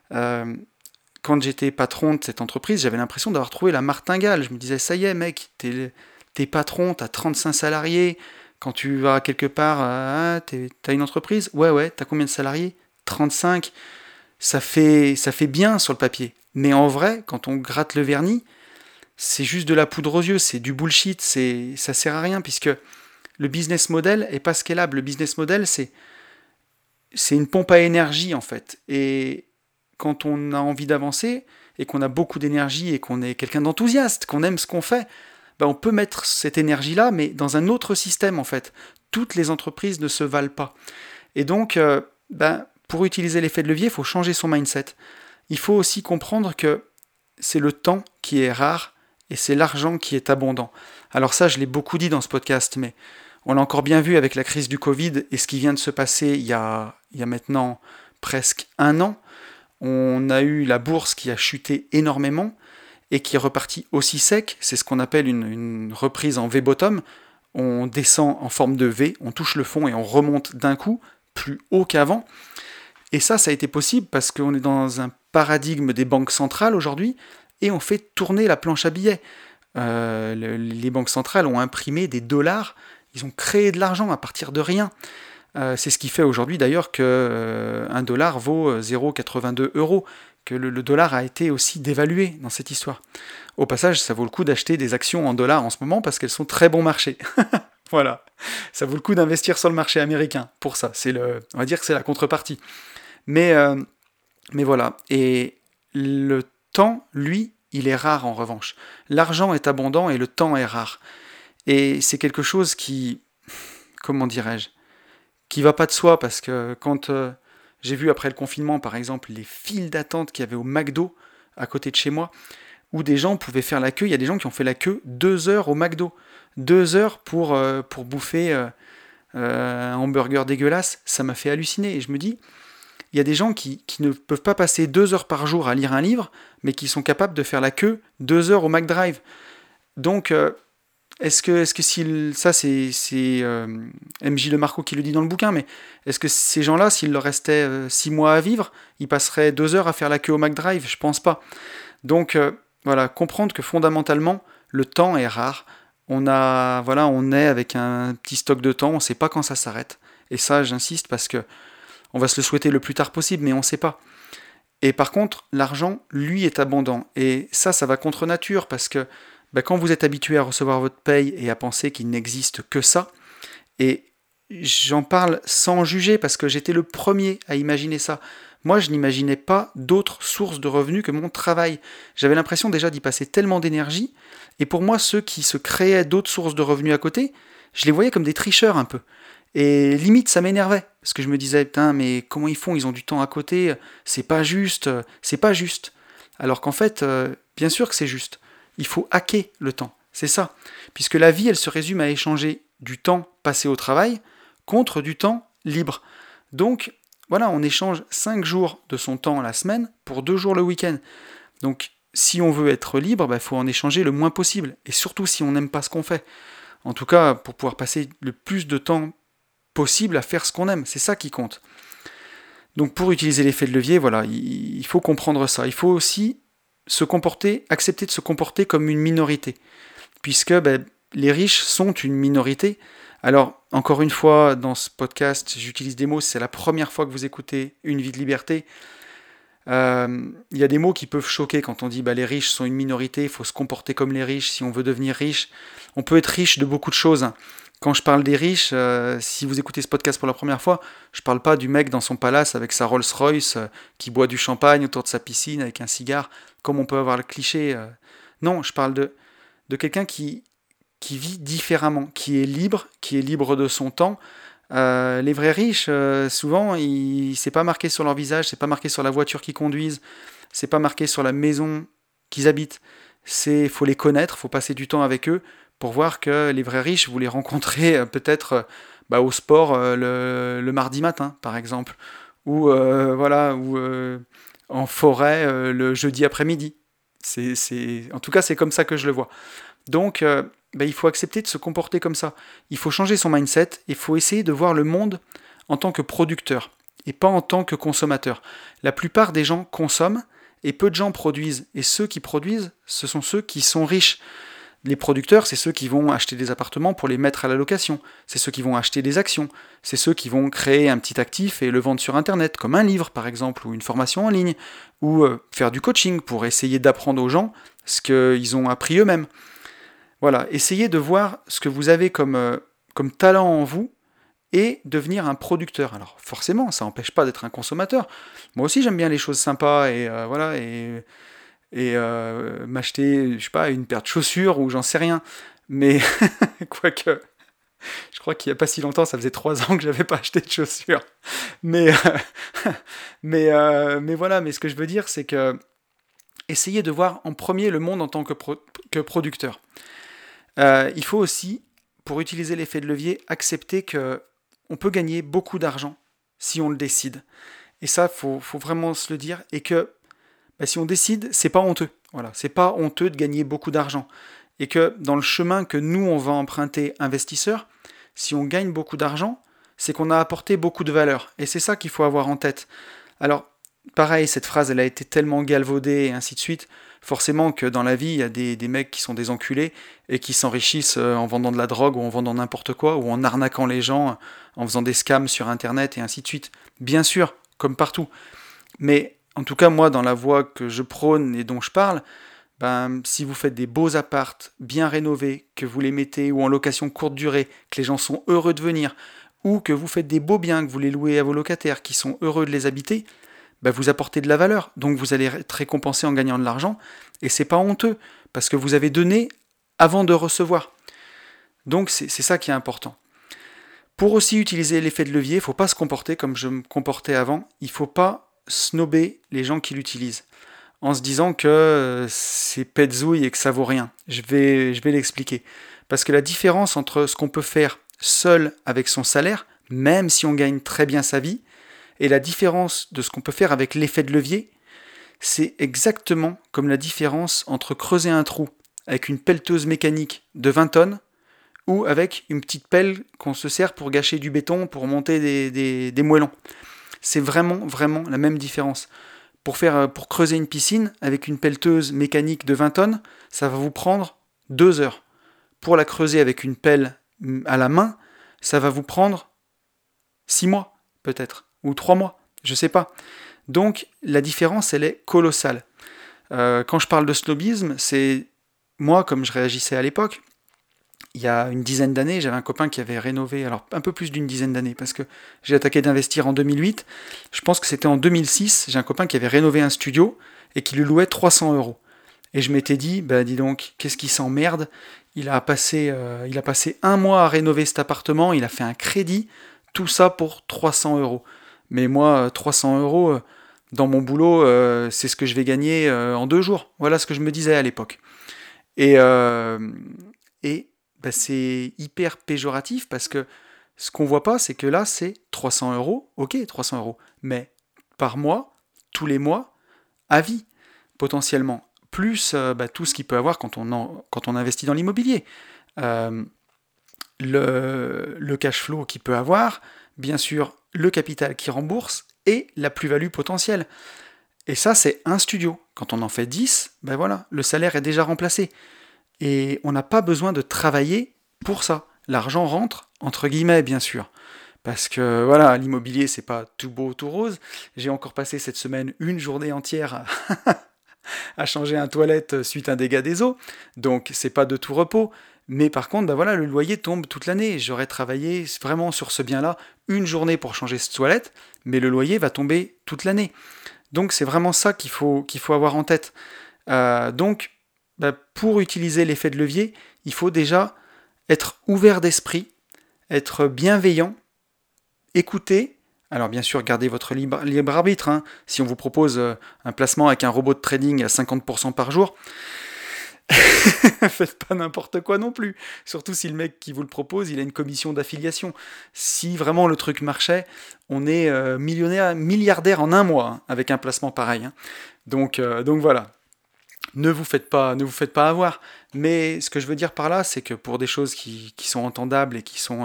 Quand j'étais patron de cette entreprise, j'avais l'impression d'avoir trouvé la martingale. Je me disais, ça y est mec, t'es patron, t'as 35 salariés, quand tu vas quelque part, t'as une entreprise ? Ouais, t'as combien de salariés ? 35. Ça fait bien sur le papier. Mais en vrai, quand on gratte le vernis, c'est juste de la poudre aux yeux, c'est du bullshit, ça sert à rien, puisque le business model est pas scalable. Le business model, c'est une pompe à énergie, en fait. Et quand on a envie d'avancer, et qu'on a beaucoup d'énergie, et qu'on est quelqu'un d'enthousiaste, qu'on aime ce qu'on fait, on peut mettre cette énergie-là, mais dans un autre système, en fait. Toutes les entreprises ne se valent pas. Et donc, pour utiliser l'effet de levier, il faut changer son mindset. Il faut aussi comprendre que c'est le temps qui est rare et c'est l'argent qui est abondant. Alors ça, je l'ai beaucoup dit dans ce podcast, mais on l'a encore bien vu avec la crise du Covid et ce qui vient de se passer il y a maintenant presque 1 an. On a eu la bourse qui a chuté énormément et qui est repartie aussi sec. C'est ce qu'on appelle une reprise en V-bottom. On descend en forme de V, on touche le fond et on remonte d'un coup, plus haut qu'avant. Et ça a été possible parce qu'on est dans un paradigme des banques centrales aujourd'hui et on fait tourner la planche à billets. Les banques centrales ont imprimé des dollars, ils ont créé de l'argent à partir de rien. C'est ce qui fait aujourd'hui d'ailleurs qu'un dollar vaut 0,82 €, que le dollar a été aussi dévalué dans cette histoire. Au passage, ça vaut le coup d'acheter des actions en dollars en ce moment parce qu'elles sont très bon marché. Voilà, ça vaut le coup d'investir sur le marché américain pour ça. On va dire que c'est la contrepartie. Mais voilà. Et le temps, lui, il est rare en revanche. L'argent est abondant et le temps est rare. Et c'est quelque chose comment dirais-je, qui va pas de soi, parce que quand j'ai vu après le confinement, par exemple, les files d'attente qu'il y avait au McDo à côté de chez moi, où des gens pouvaient faire la queue, il y a des gens qui ont fait la queue 2 heures au McDo. 2 heures pour bouffer un hamburger dégueulasse, ça m'a fait halluciner. Et je me dis, il y a des gens qui ne peuvent pas passer 2 heures par jour à lire un livre, mais qui sont capables de faire la queue 2 heures au McDrive. Donc, est-ce que ça c'est MJ de Marco qui le dit dans le bouquin, mais est-ce que ces gens-là, s'il leur restait 6 mois à vivre, ils passeraient 2 heures à faire la queue au McDrive ? Je pense pas. Donc, voilà, comprendre que fondamentalement, le temps est rare. On est avec un petit stock de temps, on ne sait pas quand ça s'arrête. Et ça, j'insiste parce que on va se le souhaiter le plus tard possible, mais on ne sait pas. Et par contre, l'argent, lui, est abondant. Et ça va contre nature, parce que quand vous êtes habitué à recevoir votre paye et à penser qu'il n'existe que ça, et j'en parle sans juger, parce que j'étais le premier à imaginer ça. Moi, je n'imaginais pas d'autres sources de revenus que mon travail. J'avais l'impression déjà d'y passer tellement d'énergie, et pour moi, ceux qui se créaient d'autres sources de revenus à côté, je les voyais comme des tricheurs un peu. Et limite, ça m'énervait, parce que je me disais, putain, mais comment ils font ? Ils ont du temps à côté, c'est pas juste. Alors qu'en fait, bien sûr que c'est juste. Il faut hacker le temps, c'est ça. Puisque la vie, elle se résume à échanger du temps passé au travail contre du temps libre. Donc, voilà, on échange 5 jours de son temps la semaine pour 2 jours le week-end. Donc, si on veut être libre, il faut en échanger le moins possible. Et surtout si on n'aime pas ce qu'on fait. En tout cas, pour pouvoir passer le plus de temps possible à faire ce qu'on aime. C'est ça qui compte. Donc, pour utiliser l'effet de levier, voilà, il faut comprendre ça. Il faut aussi accepter de se comporter comme une minorité. Puisque les riches sont une minorité. Alors, encore une fois, dans ce podcast, j'utilise des mots, c'est la première fois que vous écoutez Une vie de liberté. Il y a des mots qui peuvent choquer quand on dit les riches sont une minorité, il faut se comporter comme les riches si on veut devenir riche. On peut être riche de beaucoup de choses, hein, Quand je parle des riches, si vous écoutez ce podcast pour la première fois, je parle pas du mec dans son palace avec sa Rolls-Royce qui boit du champagne autour de sa piscine avec un cigare, comme on peut avoir le cliché. Non, je parle de quelqu'un qui vit différemment, qui est libre de son temps. Les vrais riches, souvent, c'est pas marqué sur leur visage, c'est pas marqué sur la voiture qu'ils conduisent, c'est pas marqué sur la maison qu'ils habitent. Faut les connaître, faut passer du temps avec eux pour voir que les vrais riches, vous les rencontrez peut-être au sport le mardi matin, par exemple, ou voilà, ou en forêt le jeudi après-midi. En tout cas, c'est comme ça que je le vois. Donc, il faut accepter de se comporter comme ça. Il faut changer son mindset, il faut essayer de voir le monde en tant que producteur et pas en tant que consommateur. La plupart des gens consomment et peu de gens produisent. Et ceux qui produisent, ce sont ceux qui sont riches. Les producteurs, c'est ceux qui vont acheter des appartements pour les mettre à la location. C'est ceux qui vont acheter des actions. C'est ceux qui vont créer un petit actif et le vendre sur Internet, comme un livre par exemple, ou une formation en ligne, ou faire du coaching pour essayer d'apprendre aux gens ce qu'ils ont appris eux-mêmes. Voilà, essayez de voir ce que vous avez comme talent en vous et devenir un producteur. Alors forcément, ça n'empêche pas d'être un consommateur. Moi aussi, j'aime bien les choses sympas et voilà et m'acheter, je sais pas, une paire de chaussures ou j'en sais rien. Mais quoique, je crois qu'il n'y a pas si longtemps, ça faisait 3 ans que j'avais pas acheté de chaussures. Mais mais voilà. Mais ce que je veux dire, c'est que essayez de voir en premier le monde en tant que producteur. Il faut aussi, pour utiliser l'effet de levier, accepter que on peut gagner beaucoup d'argent si on le décide. Et ça, faut vraiment se le dire. Et que si on décide, c'est pas honteux. Voilà, c'est pas honteux de gagner beaucoup d'argent. Et que dans le chemin que nous, on va emprunter investisseurs, si on gagne beaucoup d'argent, c'est qu'on a apporté beaucoup de valeur. Et c'est ça qu'il faut avoir en tête. Alors, pareil, cette phrase, elle a été tellement galvaudée et ainsi de suite. Forcément que dans la vie, il y a des mecs qui sont des enculés et qui s'enrichissent en vendant de la drogue ou en vendant n'importe quoi ou en arnaquant les gens, en faisant des scams sur Internet et ainsi de suite. Bien sûr, comme partout. Mais en tout cas, moi, dans la voie que je prône et dont je parle, si vous faites des beaux appartes bien rénovés, que vous les mettez ou en location courte durée, que les gens sont heureux de venir, ou que vous faites des beaux biens, que vous les louez à vos locataires qui sont heureux de les habiter, vous apportez de la valeur. Donc vous allez être récompensé en gagnant de l'argent, et c'est pas honteux, parce que vous avez donné avant de recevoir. Donc c'est ça qui est important. Pour aussi utiliser l'effet de levier, il ne faut pas se comporter comme je me comportais avant, il ne faut pas snober les gens qui l'utilisent, en se disant que c'est pète-zouille et que ça vaut rien. Je vais l'expliquer. Parce que la différence entre ce qu'on peut faire seul avec son salaire, même si on gagne très bien sa vie, et la différence de ce qu'on peut faire avec l'effet de levier, c'est exactement comme la différence entre creuser un trou avec une pelleteuse mécanique de 20 tonnes ou avec une petite pelle qu'on se sert pour gâcher du béton, pour monter des moellons. C'est vraiment, vraiment la même différence. Pour creuser une piscine avec une pelleteuse mécanique de 20 tonnes, ça va vous prendre 2 heures. Pour la creuser avec une pelle à la main, ça va vous prendre 6 mois, peut-être, ou 3 mois, je sais pas. Donc, la différence, elle est colossale. Quand je parle de snobisme, c'est moi, comme je réagissais à l'époque. Il y a une dizaine d'années, j'avais un copain qui avait rénové, alors un peu plus d'une dizaine d'années, parce que j'ai attaqué d'investir en 2008. Je pense que c'était en 2006, j'ai un copain qui avait rénové un studio et qui lui louait 300 euros. Et je m'étais dit, dis donc, qu'est-ce qui s'emmerde ? Il a passé 1 mois à rénover cet appartement, il a fait un crédit, tout ça pour 300 euros. Mais moi, 300 euros, dans mon boulot, c'est ce que je vais gagner en 2 jours. Voilà ce que je me disais à l'époque. Et c'est hyper péjoratif parce que ce qu'on voit pas, c'est que là, c'est 300 euros, ok, 300 euros, mais par mois, tous les mois, à vie, potentiellement. Plus tout ce qu'il peut avoir quand on investit dans l'immobilier. Le cash flow qu'il peut avoir, bien sûr, le capital qui rembourse et la plus-value potentielle. Et ça, c'est un studio. Quand on en fait 10, voilà, le salaire est déjà remplacé. Et on n'a pas besoin de travailler pour ça. L'argent rentre, entre guillemets, bien sûr. Parce que voilà, l'immobilier, c'est pas tout beau, tout rose. J'ai encore passé cette semaine une journée entière à changer un toilette suite à un dégât des eaux, donc c'est pas de tout repos. Mais par contre, bah voilà, le loyer tombe toute l'année. J'aurais travaillé vraiment sur ce bien-là une journée pour changer cette toilette, mais le loyer va tomber toute l'année. Donc c'est vraiment ça qu'il faut avoir en tête. Donc, bah, pour utiliser l'effet de levier, il faut déjà être ouvert d'esprit, être bienveillant, écouter. Alors bien sûr, gardez votre libre arbitre, hein. Si on vous propose un placement avec un robot de trading à 50% par jour, faites pas n'importe quoi non plus. Surtout si le mec qui vous le propose, il a une commission d'affiliation. Si vraiment le truc marchait, on est millionnaire, milliardaire en un mois, hein, avec un placement pareil, hein. Donc voilà. Ne vous faites pas avoir. Mais ce que je veux dire par là, c'est que pour des choses qui sont entendables et qui sont,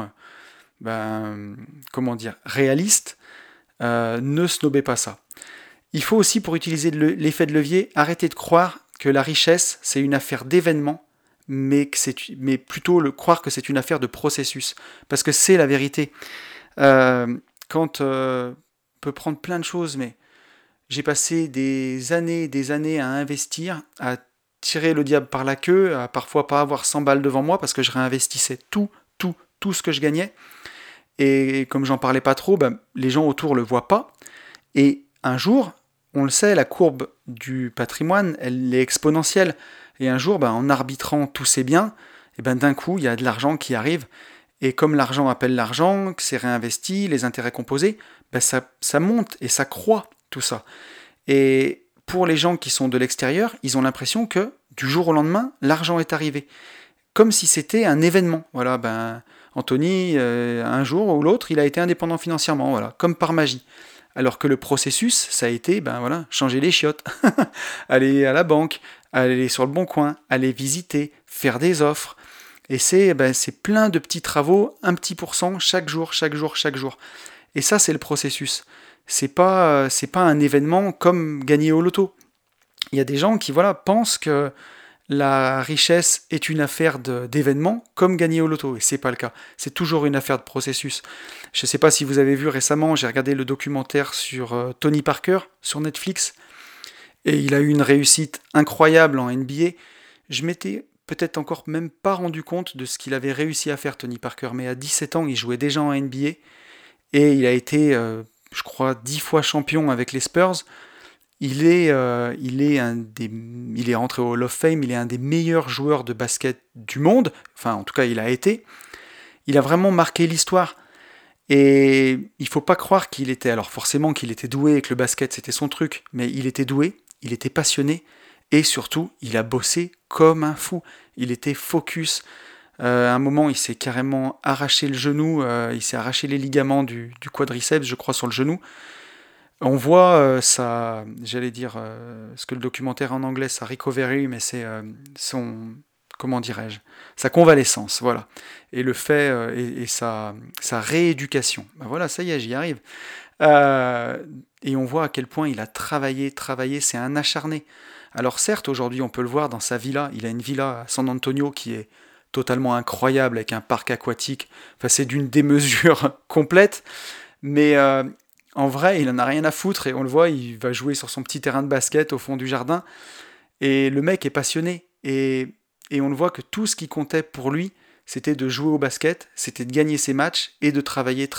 comment dire, réalistes, ne snobez pas ça. Il faut aussi, pour utiliser l'effet de levier, arrêter de croire que la richesse, c'est une affaire d'événement, mais plutôt croire que c'est une affaire de processus. Parce que c'est la vérité. Quand on peut prendre plein de choses, mais j'ai passé des années à investir, à tirer le diable par la queue, à parfois pas avoir 100 balles devant moi parce que je réinvestissais tout ce que je gagnais. Et comme j'en parlais pas trop, les gens autour le voient pas. Et un jour, on le sait, la courbe du patrimoine, elle est exponentielle. Et un jour, en arbitrant tous ces biens, et d'un coup, il y a de l'argent qui arrive. Et comme l'argent appelle l'argent, que c'est réinvesti, les intérêts composés, ça monte et ça croît, tout ça. Et pour les gens qui sont de l'extérieur, ils ont l'impression que du jour au lendemain, l'argent est arrivé. Comme si c'était un événement. Voilà, Anthony, un jour ou l'autre, il a été indépendant financièrement, voilà, comme par magie. Alors que le processus, ça a été, changer les chiottes, aller à la banque, aller sur le bon coin, aller visiter, faire des offres. Et c'est plein de petits travaux, 1% chaque jour, chaque jour, chaque jour. Et ça, c'est le processus. C'est pas un événement comme gagner au loto. Il y a des gens qui pensent que la richesse est une affaire d'événements comme gagner au loto, et c'est pas le cas. C'est toujours une affaire de processus. Je sais pas si vous avez vu récemment, j'ai regardé le documentaire sur Tony Parker sur Netflix, et il a eu une réussite incroyable en NBA. Je m'étais peut-être encore même pas rendu compte de ce qu'il avait réussi à faire, Tony Parker, mais à 17 ans, il jouait déjà en NBA, et il a été, je crois, 10 fois champion avec les Spurs. Il est rentré au Hall of Fame, il est un des meilleurs joueurs de basket du monde, enfin en tout cas il a été. Il a vraiment marqué l'histoire. Et il faut pas croire qu'il était, alors forcément qu'il était doué et que le basket c'était son truc, mais il était doué, il était passionné, et surtout il a bossé comme un fou. Il était focus. À un moment il s'est carrément arraché le genou, il s'est arraché les ligaments du quadriceps, je crois, sur le genou. On voit j'allais dire, ce que le documentaire en anglais, ça recovery, mais c'est son, comment dirais-je, sa convalescence, voilà. Et le fait, et sa rééducation. Voilà, ça y est, j'y arrive. Et on voit à quel point il a travaillé, c'est un acharné. Alors certes, aujourd'hui, on peut le voir dans sa villa, il a une villa à San Antonio qui est totalement incroyable, avec un parc aquatique, enfin c'est d'une démesure complète, mais en vrai, il en a rien à foutre, et on le voit, il va jouer sur son petit terrain de basket au fond du jardin, et le mec est passionné, et on le voit que tout ce qui comptait pour lui, c'était de jouer au basket, c'était de gagner ses matchs, et de travailler.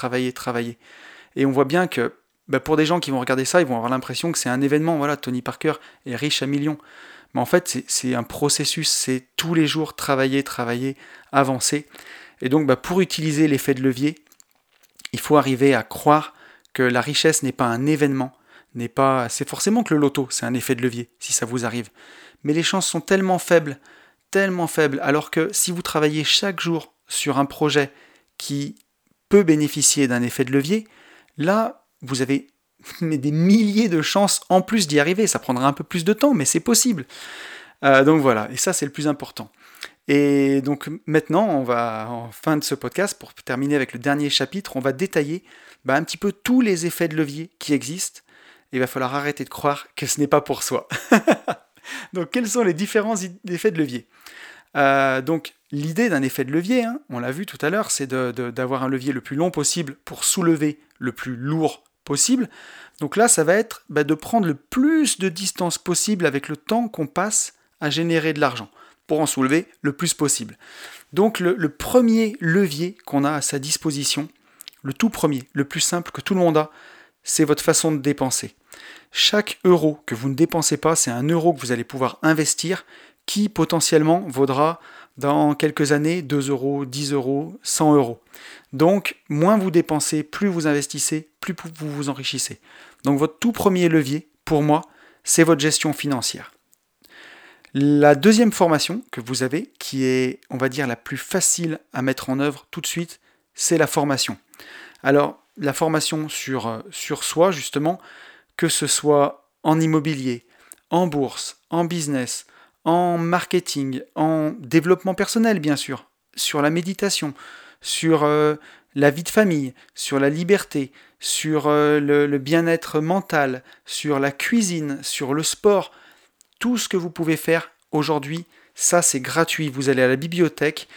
Et on voit bien que pour des gens qui vont regarder ça, ils vont avoir l'impression que c'est un événement, voilà, Tony Parker est riche à millions. Mais en fait, c'est un processus, c'est tous les jours travailler, avancer. Et donc, pour utiliser l'effet de levier, il faut arriver à croire que la richesse n'est pas un événement, c'est forcément que le loto, c'est un effet de levier, si ça vous arrive. Mais les chances sont tellement faibles, alors que si vous travaillez chaque jour sur un projet qui peut bénéficier d'un effet de levier, là, vous avez des milliers de chances en plus d'y arriver. Ça prendra un peu plus de temps, mais c'est possible. Donc voilà, et ça c'est le plus important. Et donc maintenant, on va, en fin de ce podcast, pour terminer avec le dernier chapitre, on va détailler un petit peu tous les effets de levier qui existent. Et il va falloir arrêter de croire que ce n'est pas pour soi. Donc quels sont les différents effets de levier ? Donc l'idée d'un effet de levier, on l'a vu tout à l'heure, c'est d'avoir un levier le plus long possible pour soulever le plus lourd possible. Donc là, ça va être de prendre le plus de distance possible avec le temps qu'on passe à générer de l'argent, pour en soulever le plus possible. Donc le premier levier qu'on a à sa disposition, le tout premier, le plus simple que tout le monde a, c'est votre façon de dépenser. Chaque euro que vous ne dépensez pas, c'est un euro que vous allez pouvoir investir qui potentiellement vaudra dans quelques années 2 euros, 10 euros, 100 euros. Donc, moins vous dépensez, plus vous investissez, plus vous vous enrichissez. Donc, votre tout premier levier, pour moi, c'est votre gestion financière. La deuxième formation que vous avez, qui est, on va dire, la plus facile à mettre en œuvre tout de suite, c'est la formation. Alors, la formation sur soi, justement, que ce soit en immobilier, en bourse, en business, en marketing, en développement personnel, bien sûr, sur la méditation, sur la vie de famille, sur la liberté, sur le bien-être mental, sur la cuisine, sur le sport, tout ce que vous pouvez faire aujourd'hui, ça c'est gratuit. Vous allez à la bibliothèque,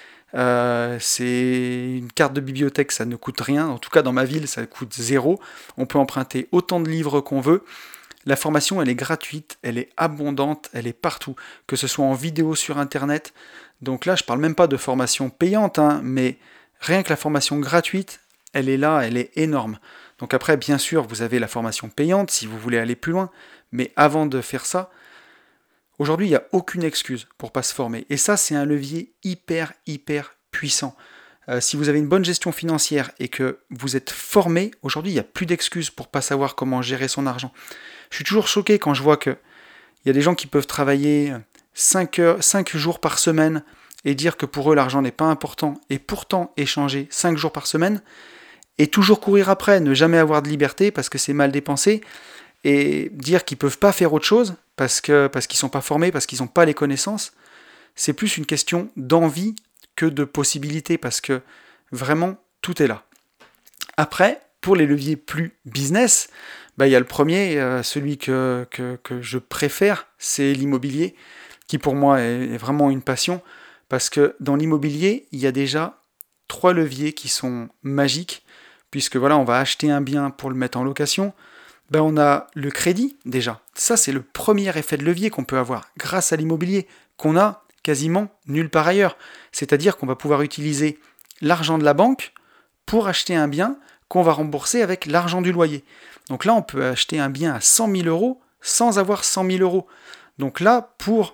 c'est une carte de bibliothèque, ça ne coûte rien. En tout cas, dans ma ville, ça coûte 0. On peut emprunter autant de livres qu'on veut. La formation, elle est gratuite, elle est abondante, elle est partout, que ce soit en vidéo sur Internet. Donc là, je ne parle même pas de formation payante, mais rien que la formation gratuite, elle est là, elle est énorme. Donc après, bien sûr, vous avez la formation payante si vous voulez aller plus loin, mais avant de faire ça, aujourd'hui, il n'y a aucune excuse pour ne pas se former. Et ça, c'est un levier hyper puissant. Si vous avez une bonne gestion financière et que vous êtes formé, aujourd'hui, il n'y a plus d'excuses pour ne pas savoir comment gérer son argent. Je suis toujours choqué quand je vois qu'il y a des gens qui peuvent travailler 5 jours par semaine et dire que pour eux, l'argent n'est pas important, et pourtant échanger 5 jours par semaine, et toujours courir après, ne jamais avoir de liberté parce que c'est mal dépensé, et dire qu'ils ne peuvent pas faire autre chose parce qu'ils ne sont pas formés, parce qu'ils n'ont pas les connaissances. C'est plus une question d'envie que de possibilités, parce que vraiment, tout est là. Après, pour les leviers plus business, il y a le premier, celui que je préfère, c'est l'immobilier, qui pour moi est vraiment une passion, parce que dans l'immobilier, il y a déjà 3 leviers qui sont magiques, puisque voilà, on va acheter un bien pour le mettre en location. On a le crédit déjà. Ça, c'est le premier effet de levier qu'on peut avoir grâce à l'immobilier, qu'on a quasiment nulle part ailleurs. C'est-à-dire qu'on va pouvoir utiliser l'argent de la banque pour acheter un bien qu'on va rembourser avec l'argent du loyer. Donc là, on peut acheter un bien à 100 000 euros sans avoir 100 000 euros. Donc là, pour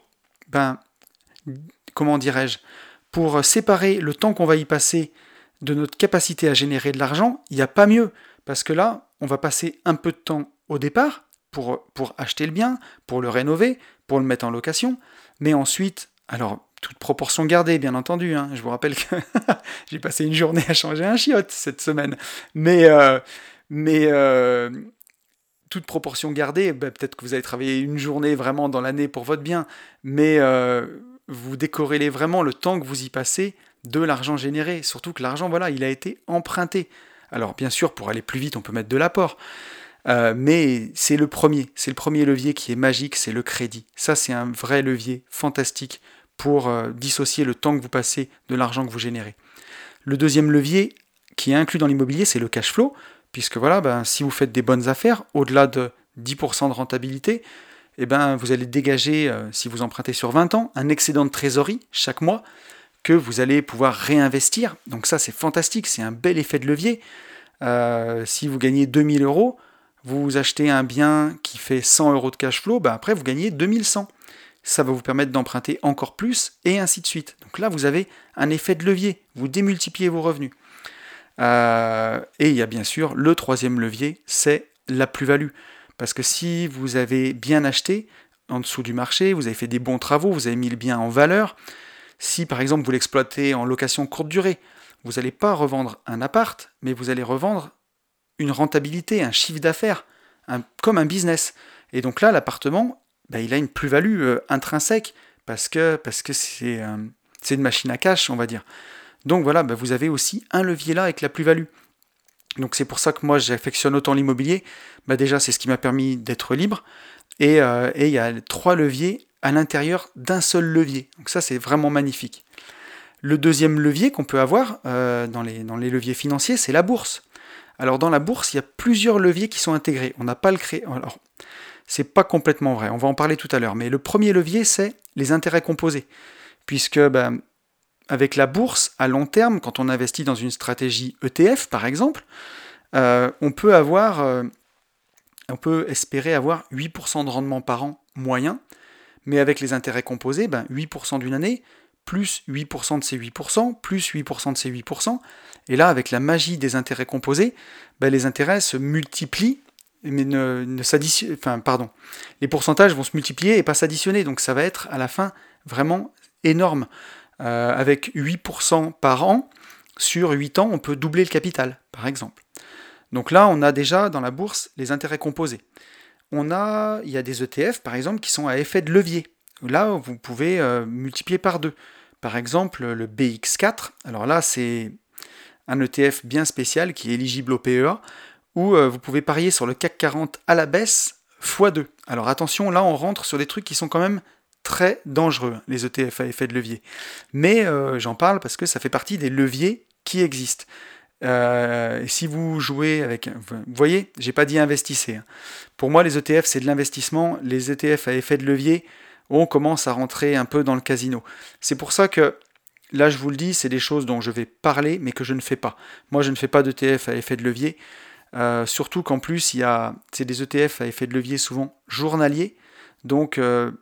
séparer le temps qu'on va y passer de notre capacité à générer de l'argent, il n'y a pas mieux. Parce que là, on va passer un peu de temps au départ pour acheter le bien, pour le rénover, pour le mettre en location. Mais ensuite, alors, toute proportion gardée, bien entendu. Je vous rappelle que j'ai passé une journée à changer un chiotte cette semaine. Mais toute proportion gardée, peut-être que vous avez travaillé une journée vraiment dans l'année pour votre bien, mais vous décorrélez vraiment le temps que vous y passez de l'argent généré. Surtout que l'argent, voilà, il a été emprunté. Alors bien sûr, pour aller plus vite, on peut mettre de l'apport. Mais c'est le premier levier qui est magique, c'est le crédit. Ça, c'est un vrai levier fantastique pour dissocier le temps que vous passez de l'argent que vous générez. Le deuxième levier qui est inclus dans l'immobilier, c'est le cash flow, puisque voilà, si vous faites des bonnes affaires, au-delà de 10% de rentabilité, vous allez dégager, si vous empruntez sur 20 ans, un excédent de trésorerie chaque mois que vous allez pouvoir réinvestir. Donc ça, c'est fantastique, c'est un bel effet de levier. Si vous gagnez 2000 euros, vous achetez un bien qui fait 100 euros de cash flow, après vous gagnez 2100. Ça va vous permettre d'emprunter encore plus, et ainsi de suite. Donc là, vous avez un effet de levier, vous démultipliez vos revenus. Et il y a bien sûr le troisième levier, c'est la plus-value. Parce que si vous avez bien acheté en dessous du marché, vous avez fait des bons travaux, vous avez mis le bien en valeur, si par exemple vous l'exploitez en location courte durée, vous n'allez pas revendre un appart, mais vous allez revendre une rentabilité, un chiffre d'affaires, comme un business. Et donc là, l'appartement, il a une plus-value intrinsèque, parce que c'est une machine à cash, on va dire. Donc voilà, vous avez aussi un levier là avec la plus-value. Donc c'est pour ça que moi j'affectionne autant l'immobilier. Déjà c'est ce qui m'a permis d'être libre. Et il y a 3 leviers à l'intérieur d'un seul levier. Donc ça c'est vraiment magnifique. Le deuxième levier qu'on peut avoir dans les leviers financiers, c'est la bourse. Alors dans la bourse, il y a plusieurs leviers qui sont intégrés. On n'a pas le créé. Alors, c'est pas complètement vrai, on va en parler tout à l'heure. Mais le premier levier, c'est les intérêts composés. Puisque avec la bourse, à long terme, quand on investit dans une stratégie ETF, par exemple, on peut espérer avoir 8% de rendement par an moyen, mais avec les intérêts composés, 8% d'une année, plus 8% de ces 8%, plus 8% de ces 8%, et là, avec la magie des intérêts composés, les intérêts se multiplient, mais ne s'additionnent, les pourcentages vont se multiplier et pas s'additionner, donc ça va être à la fin vraiment énorme. Avec 8% par an, sur 8 ans, on peut doubler le capital, par exemple. Donc là, on a déjà dans la bourse les intérêts composés. Il y a des ETF, par exemple, qui sont à effet de levier. Là, vous pouvez multiplier par 2. Par exemple, le BX4, alors là, c'est un ETF bien spécial qui est éligible au PEA, où vous pouvez parier sur le CAC 40 à la baisse x2. Alors attention, là, on rentre sur des trucs qui sont quand même très dangereux, les ETF à effet de levier. Mais j'en parle parce que ça fait partie des leviers qui existent. Et si vous jouez avec... Vous voyez, j'ai pas dit investissez. Hein. Pour moi, les ETF, c'est de l'investissement. Les ETF à effet de levier, on commence à rentrer un peu dans le casino. C'est pour ça que, là, je vous le dis, c'est des choses dont je vais parler, mais que je ne fais pas. Moi, je ne fais pas d'ETF à effet de levier. Surtout qu'en plus, c'est des ETF à effet de levier souvent journaliers. Donc,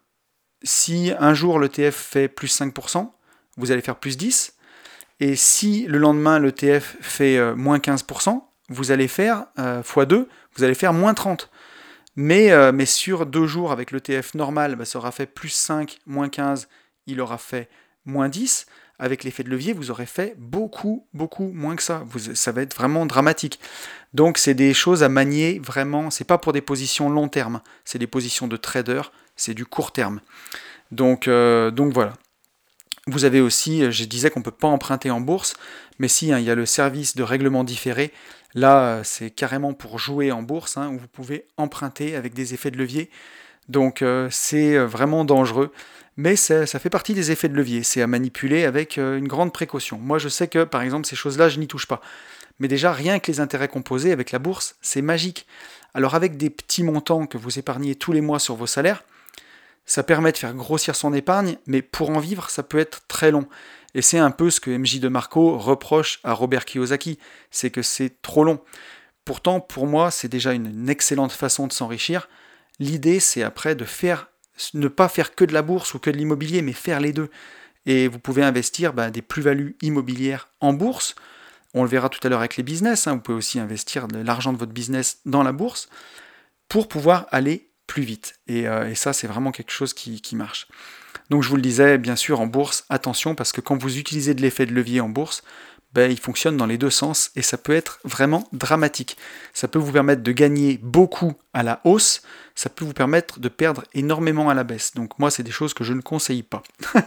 si un jour l'ETF fait plus 5%, vous allez faire plus 10%. Et si le lendemain l'ETF fait moins 15%, vous allez faire x2, vous allez faire moins 30%. Mais sur 2 jours avec l'ETF normal, ça aura fait plus 5, moins 15, il aura fait moins 10. Avec l'effet de levier, vous aurez fait beaucoup, beaucoup moins que ça. Ça va être vraiment dramatique. Donc c'est des choses à manier vraiment, c'est pas pour des positions long terme, c'est des positions de trader, c'est du court terme. Donc voilà. Vous avez aussi, je disais qu'on ne peut pas emprunter en bourse, mais si, il y a le service de règlement différé. Là, c'est carrément pour jouer en bourse, où vous pouvez emprunter avec des effets de levier. Donc c'est vraiment dangereux, mais ça fait partie des effets de levier. C'est à manipuler avec une grande précaution. Moi, je sais que, par exemple, ces choses-là, je n'y touche pas. Mais déjà, rien que les intérêts composés avec la bourse, c'est magique. Alors avec des petits montants que vous épargnez tous les mois sur vos salaires, ça permet de faire grossir son épargne, mais pour en vivre, ça peut être très long. Et c'est un peu ce que MJ DeMarco reproche à Robert Kiyosaki, c'est que c'est trop long. Pourtant, pour moi, c'est déjà une excellente façon de s'enrichir. L'idée, c'est après ne pas faire que de la bourse ou que de l'immobilier, mais faire les deux. Et vous pouvez investir des plus-values immobilières en bourse. On le verra tout à l'heure avec les business. Vous pouvez aussi investir de l'argent de votre business dans la bourse pour pouvoir aller plus vite. Et ça, c'est vraiment quelque chose qui marche. Donc je vous le disais, bien sûr, en bourse, attention, parce que quand vous utilisez de l'effet de levier en bourse, il fonctionne dans les deux sens et ça peut être vraiment dramatique. Ça peut vous permettre de gagner beaucoup à la hausse, ça peut vous permettre de perdre énormément à la baisse. Donc moi, c'est des choses que je ne conseille pas.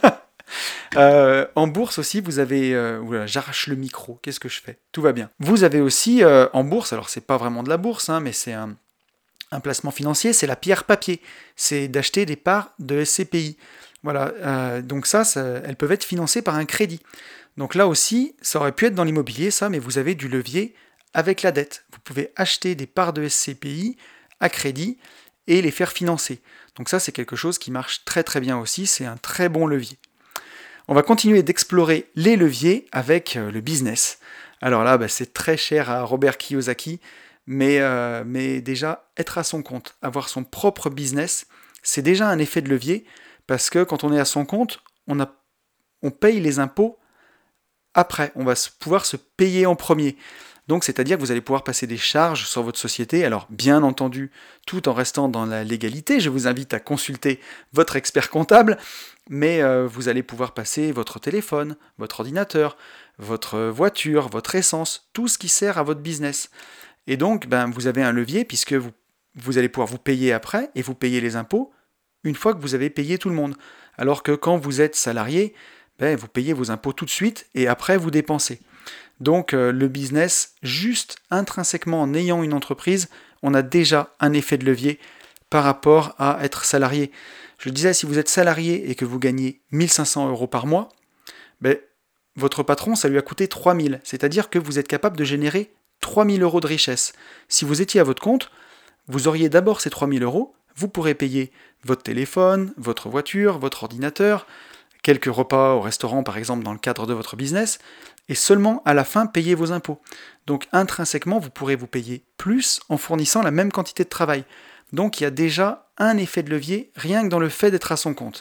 En bourse aussi, vous avez... Oula, j'arrache le micro, qu'est-ce que je fais? Tout va bien. Vous avez aussi en bourse, alors c'est pas vraiment de la bourse, mais c'est un placement financier, c'est la pierre papier. C'est d'acheter des parts de SCPI. Voilà, donc ça, elles peuvent être financées par un crédit. Donc là aussi, ça aurait pu être dans l'immobilier, ça, mais vous avez du levier avec la dette. Vous pouvez acheter des parts de SCPI à crédit et les faire financer. Donc ça, c'est quelque chose qui marche très très bien aussi, c'est un très bon levier. On va continuer d'explorer les leviers avec le business. Alors là, c'est très cher à Robert Kiyosaki, mais déjà, être à son compte, avoir son propre business, c'est déjà un effet de levier, parce que quand on est à son compte, on paye les impôts après, on va pouvoir se payer en premier. Donc, c'est-à-dire que vous allez pouvoir passer des charges sur votre société, alors bien entendu, tout en restant dans la légalité. Je vous invite à consulter votre expert comptable, mais vous allez pouvoir passer votre téléphone, votre ordinateur, votre voiture, votre essence, tout ce qui sert à votre business. Et donc, vous avez un levier, puisque vous allez pouvoir vous payer après, et vous payer les impôts, une fois que vous avez payé tout le monde. Alors que quand vous êtes salarié, vous payez vos impôts tout de suite, et après vous dépensez. Donc le business, juste intrinsèquement en ayant une entreprise, on a déjà un effet de levier par rapport à être salarié. Je disais, si vous êtes salarié et que vous gagnez 1500 € par mois, votre patron, ça lui a coûté 3000. C'est-à-dire que vous êtes capable de générer 3 000 euros de richesse. Si vous étiez à votre compte, vous auriez d'abord ces 3 000 euros, vous pourrez payer votre téléphone, votre voiture, votre ordinateur, quelques repas au restaurant par exemple dans le cadre de votre business, et seulement à la fin payer vos impôts. Donc intrinsèquement, vous pourrez vous payer plus en fournissant la même quantité de travail. Donc il y a déjà un effet de levier rien que dans le fait d'être à son compte.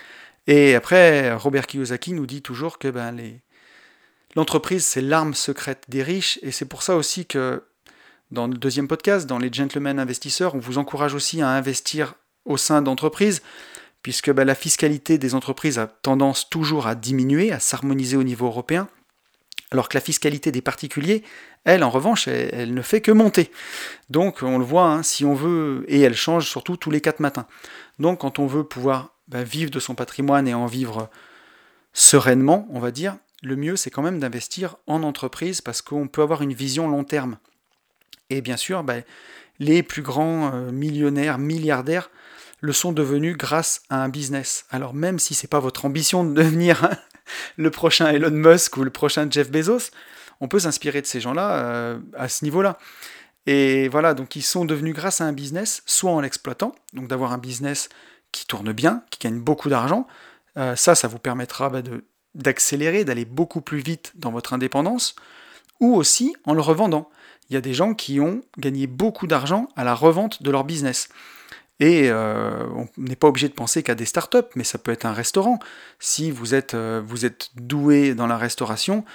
Et après, Robert Kiyosaki nous dit toujours que l'entreprise, c'est l'arme secrète des riches, et c'est pour ça aussi que dans le deuxième podcast, dans les Gentlemen Investisseurs, on vous encourage aussi à investir au sein d'entreprises, puisque la fiscalité des entreprises a tendance toujours à diminuer, à s'harmoniser au niveau européen, alors que la fiscalité des particuliers, elle, en revanche, elle ne fait que monter. Donc, on le voit, si on veut, et elle change surtout tous les 4 matins. Donc, quand on veut pouvoir vivre de son patrimoine et en vivre sereinement, on va dire, le mieux, c'est quand même d'investir en entreprise, parce qu'on peut avoir une vision long terme. Et bien sûr, les plus grands millionnaires, milliardaires, le sont devenus grâce à un business. Alors même si c'est pas votre ambition de devenir le prochain Elon Musk ou le prochain Jeff Bezos, on peut s'inspirer de ces gens-là à ce niveau-là. Et voilà, donc ils sont devenus grâce à un business, soit en l'exploitant, donc d'avoir un business qui tourne bien, qui gagne beaucoup d'argent, ça vous permettra d'accélérer, d'aller beaucoup plus vite dans votre indépendance, ou aussi en le revendant. Il y a des gens qui ont gagné beaucoup d'argent à la revente de leur business. Et on n'est pas obligé de penser qu'à des startups, mais ça peut être un restaurant. Si vous êtes doué dans la restauration,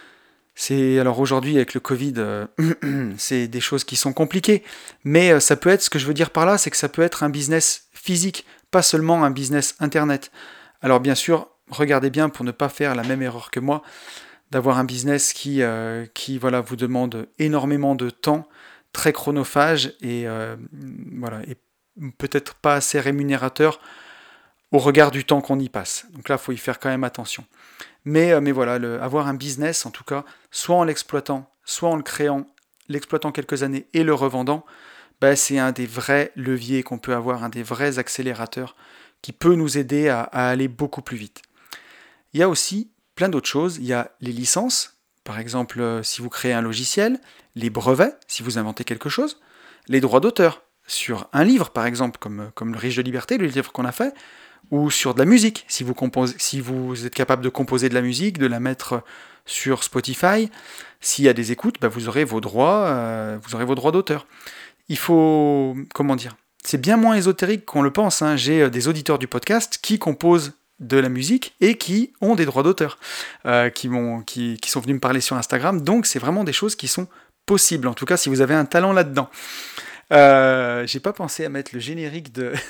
alors aujourd'hui avec le Covid, c'est des choses qui sont compliquées, mais ça peut être, ce que je veux dire par là, c'est que ça peut être un business physique, pas seulement un business internet. Alors bien sûr, regardez bien pour ne pas faire la même erreur que moi, d'avoir un business qui vous demande énormément de temps, très chronophage et peut-être pas assez rémunérateur au regard du temps qu'on y passe. Donc là, il faut y faire quand même attention. Mais voilà, avoir un business, en tout cas, soit en l'exploitant, soit en le créant, l'exploitant quelques années et le revendant, c'est un des vrais leviers qu'on peut avoir, un des vrais accélérateurs qui peut nous aider à aller beaucoup plus vite. Il y a aussi plein d'autres choses. Il y a les licences, par exemple, si vous créez un logiciel, les brevets, si vous inventez quelque chose, les droits d'auteur, sur un livre, par exemple, comme Le Riche de Liberté, le livre qu'on a fait, ou sur de la musique, si vous êtes capable de composer de la musique, de la mettre sur Spotify, s'il y a des écoutes, vous aurez vos droits d'auteur. Il faut, c'est bien moins ésotérique qu'on le pense. J'ai des auditeurs du podcast qui composent de la musique et qui ont des droits d'auteur, qui sont venus me parler sur Instagram. Donc c'est vraiment des choses qui sont possibles, en tout cas si vous avez un talent là-dedans. J'ai pas pensé à mettre le générique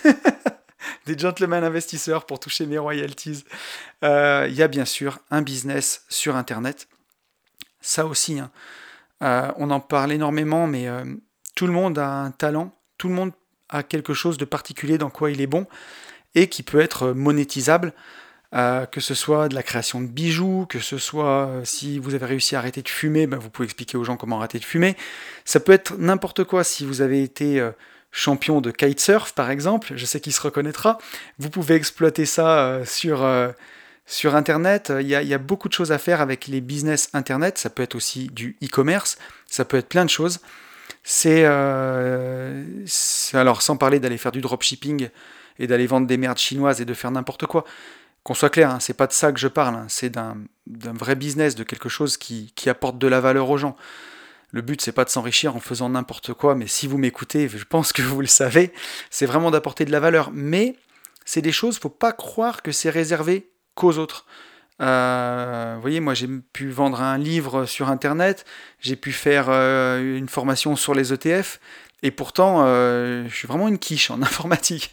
des Gentlemen Investisseurs pour toucher mes royalties. Il y a bien sûr un business sur Internet. Ça aussi, on en parle énormément, mais tout le monde a un talent, tout le monde a quelque chose de particulier dans quoi il est bon et qui peut être monétisable, que ce soit de la création de bijoux, que ce soit si vous avez réussi à arrêter de fumer, vous pouvez expliquer aux gens comment arrêter de fumer. Ça peut être n'importe quoi. Si vous avez été champion de kitesurf, par exemple, je sais qu'il se reconnaîtra, vous pouvez exploiter ça sur Internet. Il y a beaucoup de choses à faire avec les business Internet. Ça peut être aussi du e-commerce, ça peut être plein de choses. Alors, sans parler d'aller faire du dropshipping et d'aller vendre des merdes chinoises et de faire n'importe quoi. Qu'on soit clair, c'est pas de ça que je parle, c'est d'un vrai business, de quelque chose qui apporte de la valeur aux gens. Le but, c'est pas de s'enrichir en faisant n'importe quoi, mais si vous m'écoutez, je pense que vous le savez, c'est vraiment d'apporter de la valeur. Mais c'est des choses, faut pas croire que c'est réservé qu'aux autres. Vous voyez, moi j'ai pu vendre un livre sur Internet, j'ai pu faire une formation sur les ETF, et pourtant, je suis vraiment une quiche en informatique.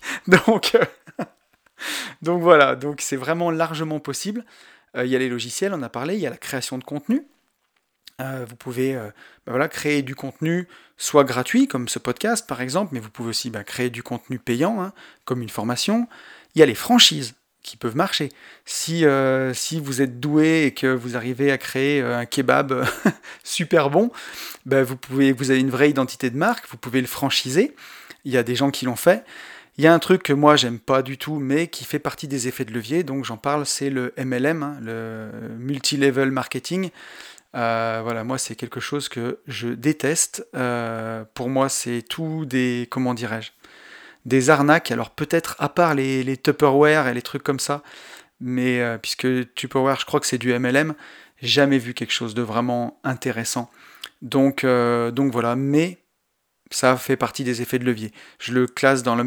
Donc voilà, donc c'est vraiment largement possible. Il y a les logiciels, on a parlé, il y a la création de contenu. Vous pouvez créer du contenu soit gratuit, comme ce podcast par exemple, mais vous pouvez aussi créer du contenu payant, comme une formation. Il y a les franchises qui peuvent marcher. Si vous êtes doué et que vous arrivez à créer un kebab super bon, vous avez une vraie identité de marque, vous pouvez le franchiser. Il y a des gens qui l'ont fait. Il y a un truc que moi j'aime pas du tout, mais qui fait partie des effets de levier, donc j'en parle, c'est le MLM, le Multi-Level Marketing. Voilà, moi c'est quelque chose que je déteste. Pour moi c'est tout des, comment dirais-je, des arnaques. Alors peut-être à part les Tupperware et les trucs comme ça, mais puisque Tupperware je crois que c'est du MLM, jamais vu quelque chose de vraiment intéressant. Donc voilà, mais ça fait partie des effets de levier. Je le classe dans le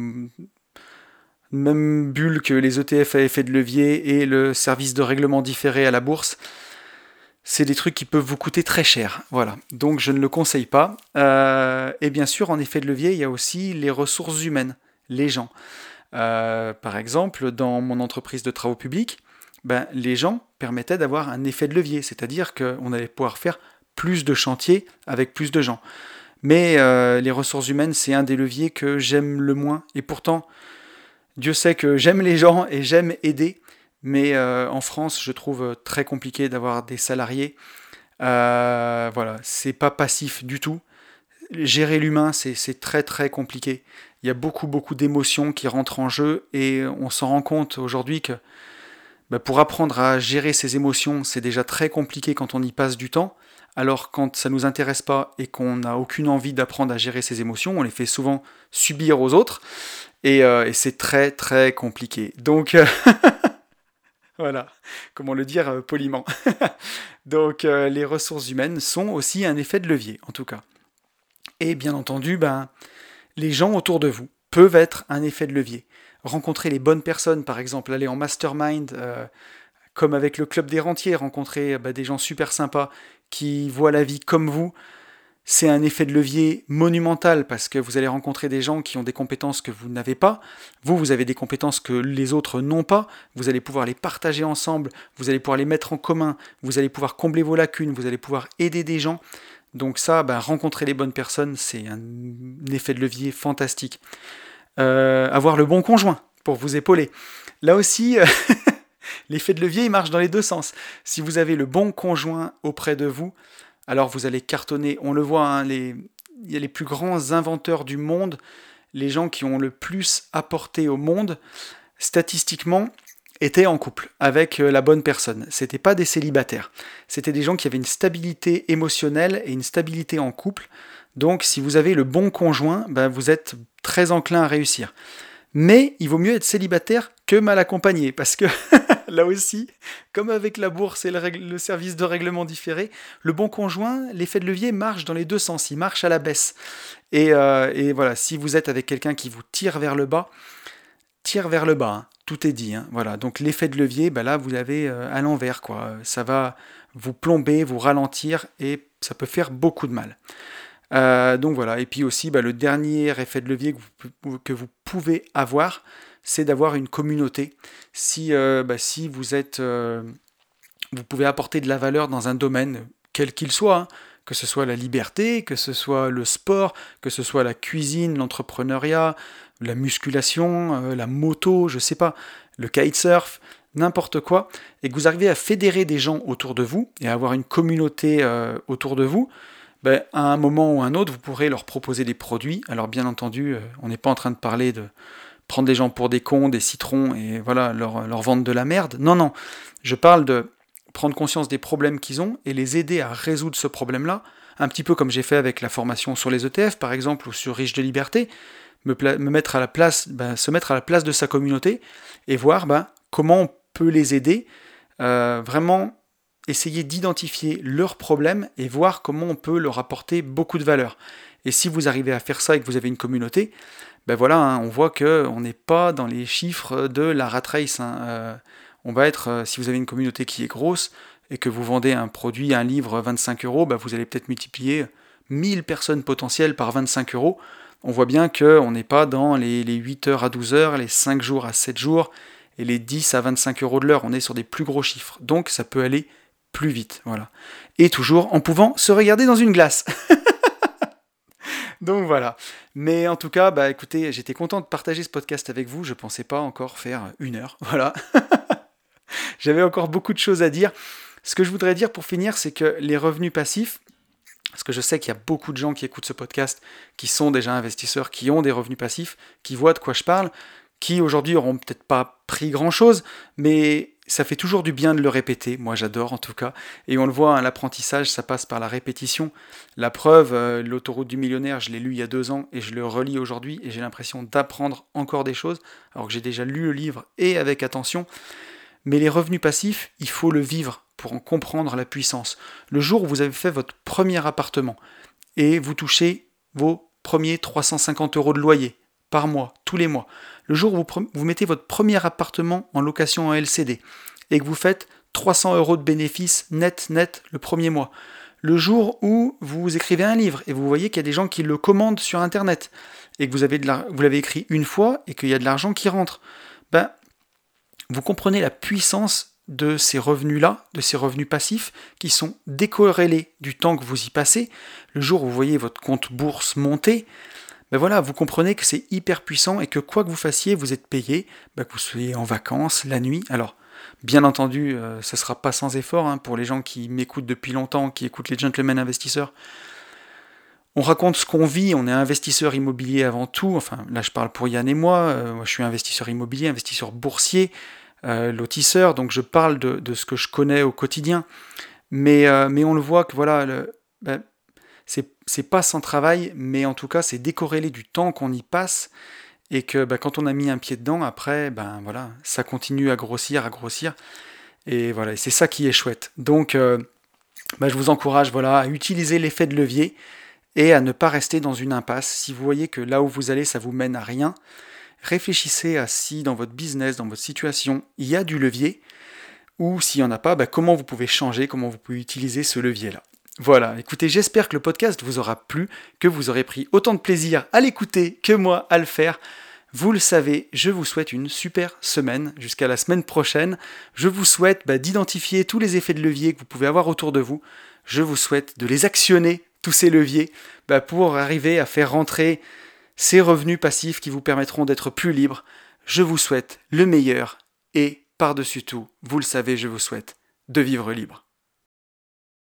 même bulle que les ETF à effet de levier et le service de règlement différé à la bourse. C'est des trucs qui peuvent vous coûter très cher. Voilà. Donc je ne le conseille pas. Et bien sûr, en effet de levier, il y a aussi les ressources humaines, les gens. Par exemple, dans mon entreprise de travaux publics, ben, les gens permettaient d'avoir un effet de levier, c'est-à-dire qu'on allait pouvoir faire plus de chantiers avec plus de gens. Mais les ressources humaines, c'est un des leviers que j'aime le moins. Et pourtant, Dieu sait que j'aime les gens et j'aime aider. Mais en France, je trouve très compliqué d'avoir des salariés. Voilà, c'est pas passif du tout. Gérer l'humain, c'est très très compliqué. Il y a beaucoup d'émotions qui rentrent en jeu et on s'en rend compte aujourd'hui que bah, pour apprendre à gérer ses émotions, c'est déjà très compliqué quand on y passe du temps. Alors quand ça ne nous intéresse pas et qu'on n'a aucune envie d'apprendre à gérer ses émotions, on les fait souvent subir aux autres et c'est très très compliqué. Donc voilà, comment le dire poliment. Donc les ressources humaines sont aussi un effet de levier en tout cas. Et bien entendu, ben, les gens autour de vous peuvent être un effet de levier. Rencontrer les bonnes personnes, par exemple, aller en mastermind, comme avec le club des rentiers, rencontrer bah, des gens super sympas qui voient la vie comme vous, c'est un effet de levier monumental parce que vous allez rencontrer des gens qui ont des compétences que vous n'avez pas. Vous avez des compétences que les autres n'ont pas. Vous allez pouvoir les partager ensemble, vous allez pouvoir les mettre en commun, vous allez pouvoir combler vos lacunes, vous allez pouvoir aider des gens. Donc ça, ben, rencontrer les bonnes personnes, c'est un effet de levier fantastique. Avoir le bon conjoint pour vous épauler. Là aussi, l'effet de levier, il marche dans les deux sens. Si vous avez le bon conjoint auprès de vous, alors vous allez cartonner. On le voit, hein, il y a les plus grands inventeurs du monde, les gens qui ont le plus apporté au monde, statistiquement, étaient en couple avec la bonne personne. C'était pas des célibataires. C'était des gens qui avaient une stabilité émotionnelle et une stabilité en couple. Donc si vous avez le bon conjoint, ben, vous êtes très enclin à réussir. Mais il vaut mieux être célibataire que mal accompagné, parce que là aussi, comme avec la bourse et le service de règlement différé, le bon conjoint, l'effet de levier marche dans les deux sens, il marche à la baisse. Et voilà, si vous êtes avec quelqu'un qui vous tire vers le bas, hein, tout est dit. Hein, voilà, donc l'effet de levier, bah là vous l'avez à l'envers, quoi. Ça va vous plomber, vous ralentir, et ça peut faire beaucoup de mal. Donc voilà, et puis aussi bah, le dernier effet de levier que vous pouvez avoir, c'est d'avoir une communauté. Si vous êtes, vous pouvez apporter de la valeur dans un domaine quel qu'il soit, hein, que ce soit la liberté, que ce soit le sport, que ce soit la cuisine, l'entrepreneuriat, la musculation, la moto, je sais pas, le kitesurf, n'importe quoi, et que vous arrivez à fédérer des gens autour de vous et à avoir une communauté autour de vous, ben, à un moment ou à un autre, vous pourrez leur proposer des produits. Alors bien entendu, on n'est pas en train de parler de prendre des gens pour des cons, des citrons, et voilà, leur vendre de la merde. Non, non, je parle de prendre conscience des problèmes qu'ils ont et les aider à résoudre ce problème-là, un petit peu comme j'ai fait avec la formation sur les ETF, par exemple, ou sur Riche de Liberté, me mettre à la place, ben, se mettre à la place de sa communauté et voir ben, comment on peut les aider, vraiment essayer d'identifier leurs problèmes et voir comment on peut leur apporter beaucoup de valeur. Et si vous arrivez à faire ça et que vous avez une communauté, ben voilà, hein, on voit qu'on n'est pas dans les chiffres de la rat race. Hein. On va être, si vous avez une communauté qui est grosse et que vous vendez un produit, un livre 25 euros, ben vous allez peut-être multiplier 1000 personnes potentielles par 25 euros. On voit bien qu'on n'est pas dans les 8 heures à 12 heures, les 5 jours à 7 jours et les 10 à 25 euros de l'heure. On est sur des plus gros chiffres. Donc ça peut aller plus vite, voilà. Et toujours en pouvant se regarder dans une glace. Donc voilà. Mais en tout cas, bah écoutez, j'étais content de partager ce podcast avec vous. Je pensais pas encore faire 1 heure, voilà. J'avais encore beaucoup de choses à dire. Ce que je voudrais dire pour finir, c'est que les revenus passifs, parce que je sais qu'il y a beaucoup de gens qui écoutent ce podcast, qui sont déjà investisseurs, qui ont des revenus passifs, qui voient de quoi je parle, qui aujourd'hui auront peut-être pas pris grand-chose, mais ça fait toujours du bien de le répéter, moi j'adore en tout cas, et on le voit, hein, l'apprentissage ça passe par la répétition. La preuve, l'autoroute du millionnaire, je l'ai lu il y a 2 ans et je le relis aujourd'hui et j'ai l'impression d'apprendre encore des choses, alors que j'ai déjà lu le livre et avec attention. Mais les revenus passifs, il faut le vivre pour en comprendre la puissance. Le jour où vous avez fait votre premier appartement et vous touchez vos premiers 350 euros de loyer par mois, tous les mois, le jour où vous mettez votre premier appartement en location en LCD et que vous faites 300 euros de bénéfices net le premier mois, le jour où vous écrivez un livre et vous voyez qu'il y a des gens qui le commandent sur Internet et que vous l'avez écrit une fois et qu'il y a de l'argent qui rentre, ben, vous comprenez la puissance de ces revenus-là, de ces revenus passifs, qui sont décorrélés du temps que vous y passez. Le jour où vous voyez votre compte bourse monter, ben voilà, vous comprenez que c'est hyper puissant et que quoi que vous fassiez, vous êtes payé, que vous soyez en vacances, la nuit. Alors, bien entendu, ce ne sera pas sans effort, hein, pour les gens qui m'écoutent depuis longtemps, qui écoutent les Gentlemen Investisseurs. On raconte ce qu'on vit, on est investisseur immobilier avant tout, enfin là je parle pour Yann et moi, moi je suis investisseur immobilier, investisseur boursier, lotisseur, donc je parle de ce que je connais au quotidien, mais on le voit que voilà, c'est pas sans travail, mais en tout cas c'est décorrélé du temps qu'on y passe, et que quand on a mis un pied dedans, après, voilà, ça continue à grossir, et voilà, et c'est ça qui est chouette. Donc je vous encourage voilà, à utiliser l'effet de levier, et à ne pas rester dans une impasse. Si vous voyez que là où vous allez, ça vous mène à rien, réfléchissez à si dans votre business, dans votre situation, il y a du levier, ou s'il n'y en a pas, comment vous pouvez changer, comment vous pouvez utiliser ce levier-là. Voilà, écoutez, j'espère que le podcast vous aura plu, que vous aurez pris autant de plaisir à l'écouter que moi à le faire. Vous le savez, je vous souhaite une super semaine, jusqu'à la semaine prochaine. Je vous souhaite d'identifier tous les effets de levier que vous pouvez avoir autour de vous. Je vous souhaite de les actionner, tous ces leviers, pour arriver à faire rentrer ces revenus passifs qui vous permettront d'être plus libre. Je vous souhaite le meilleur et, par-dessus tout, vous le savez, je vous souhaite de vivre libre.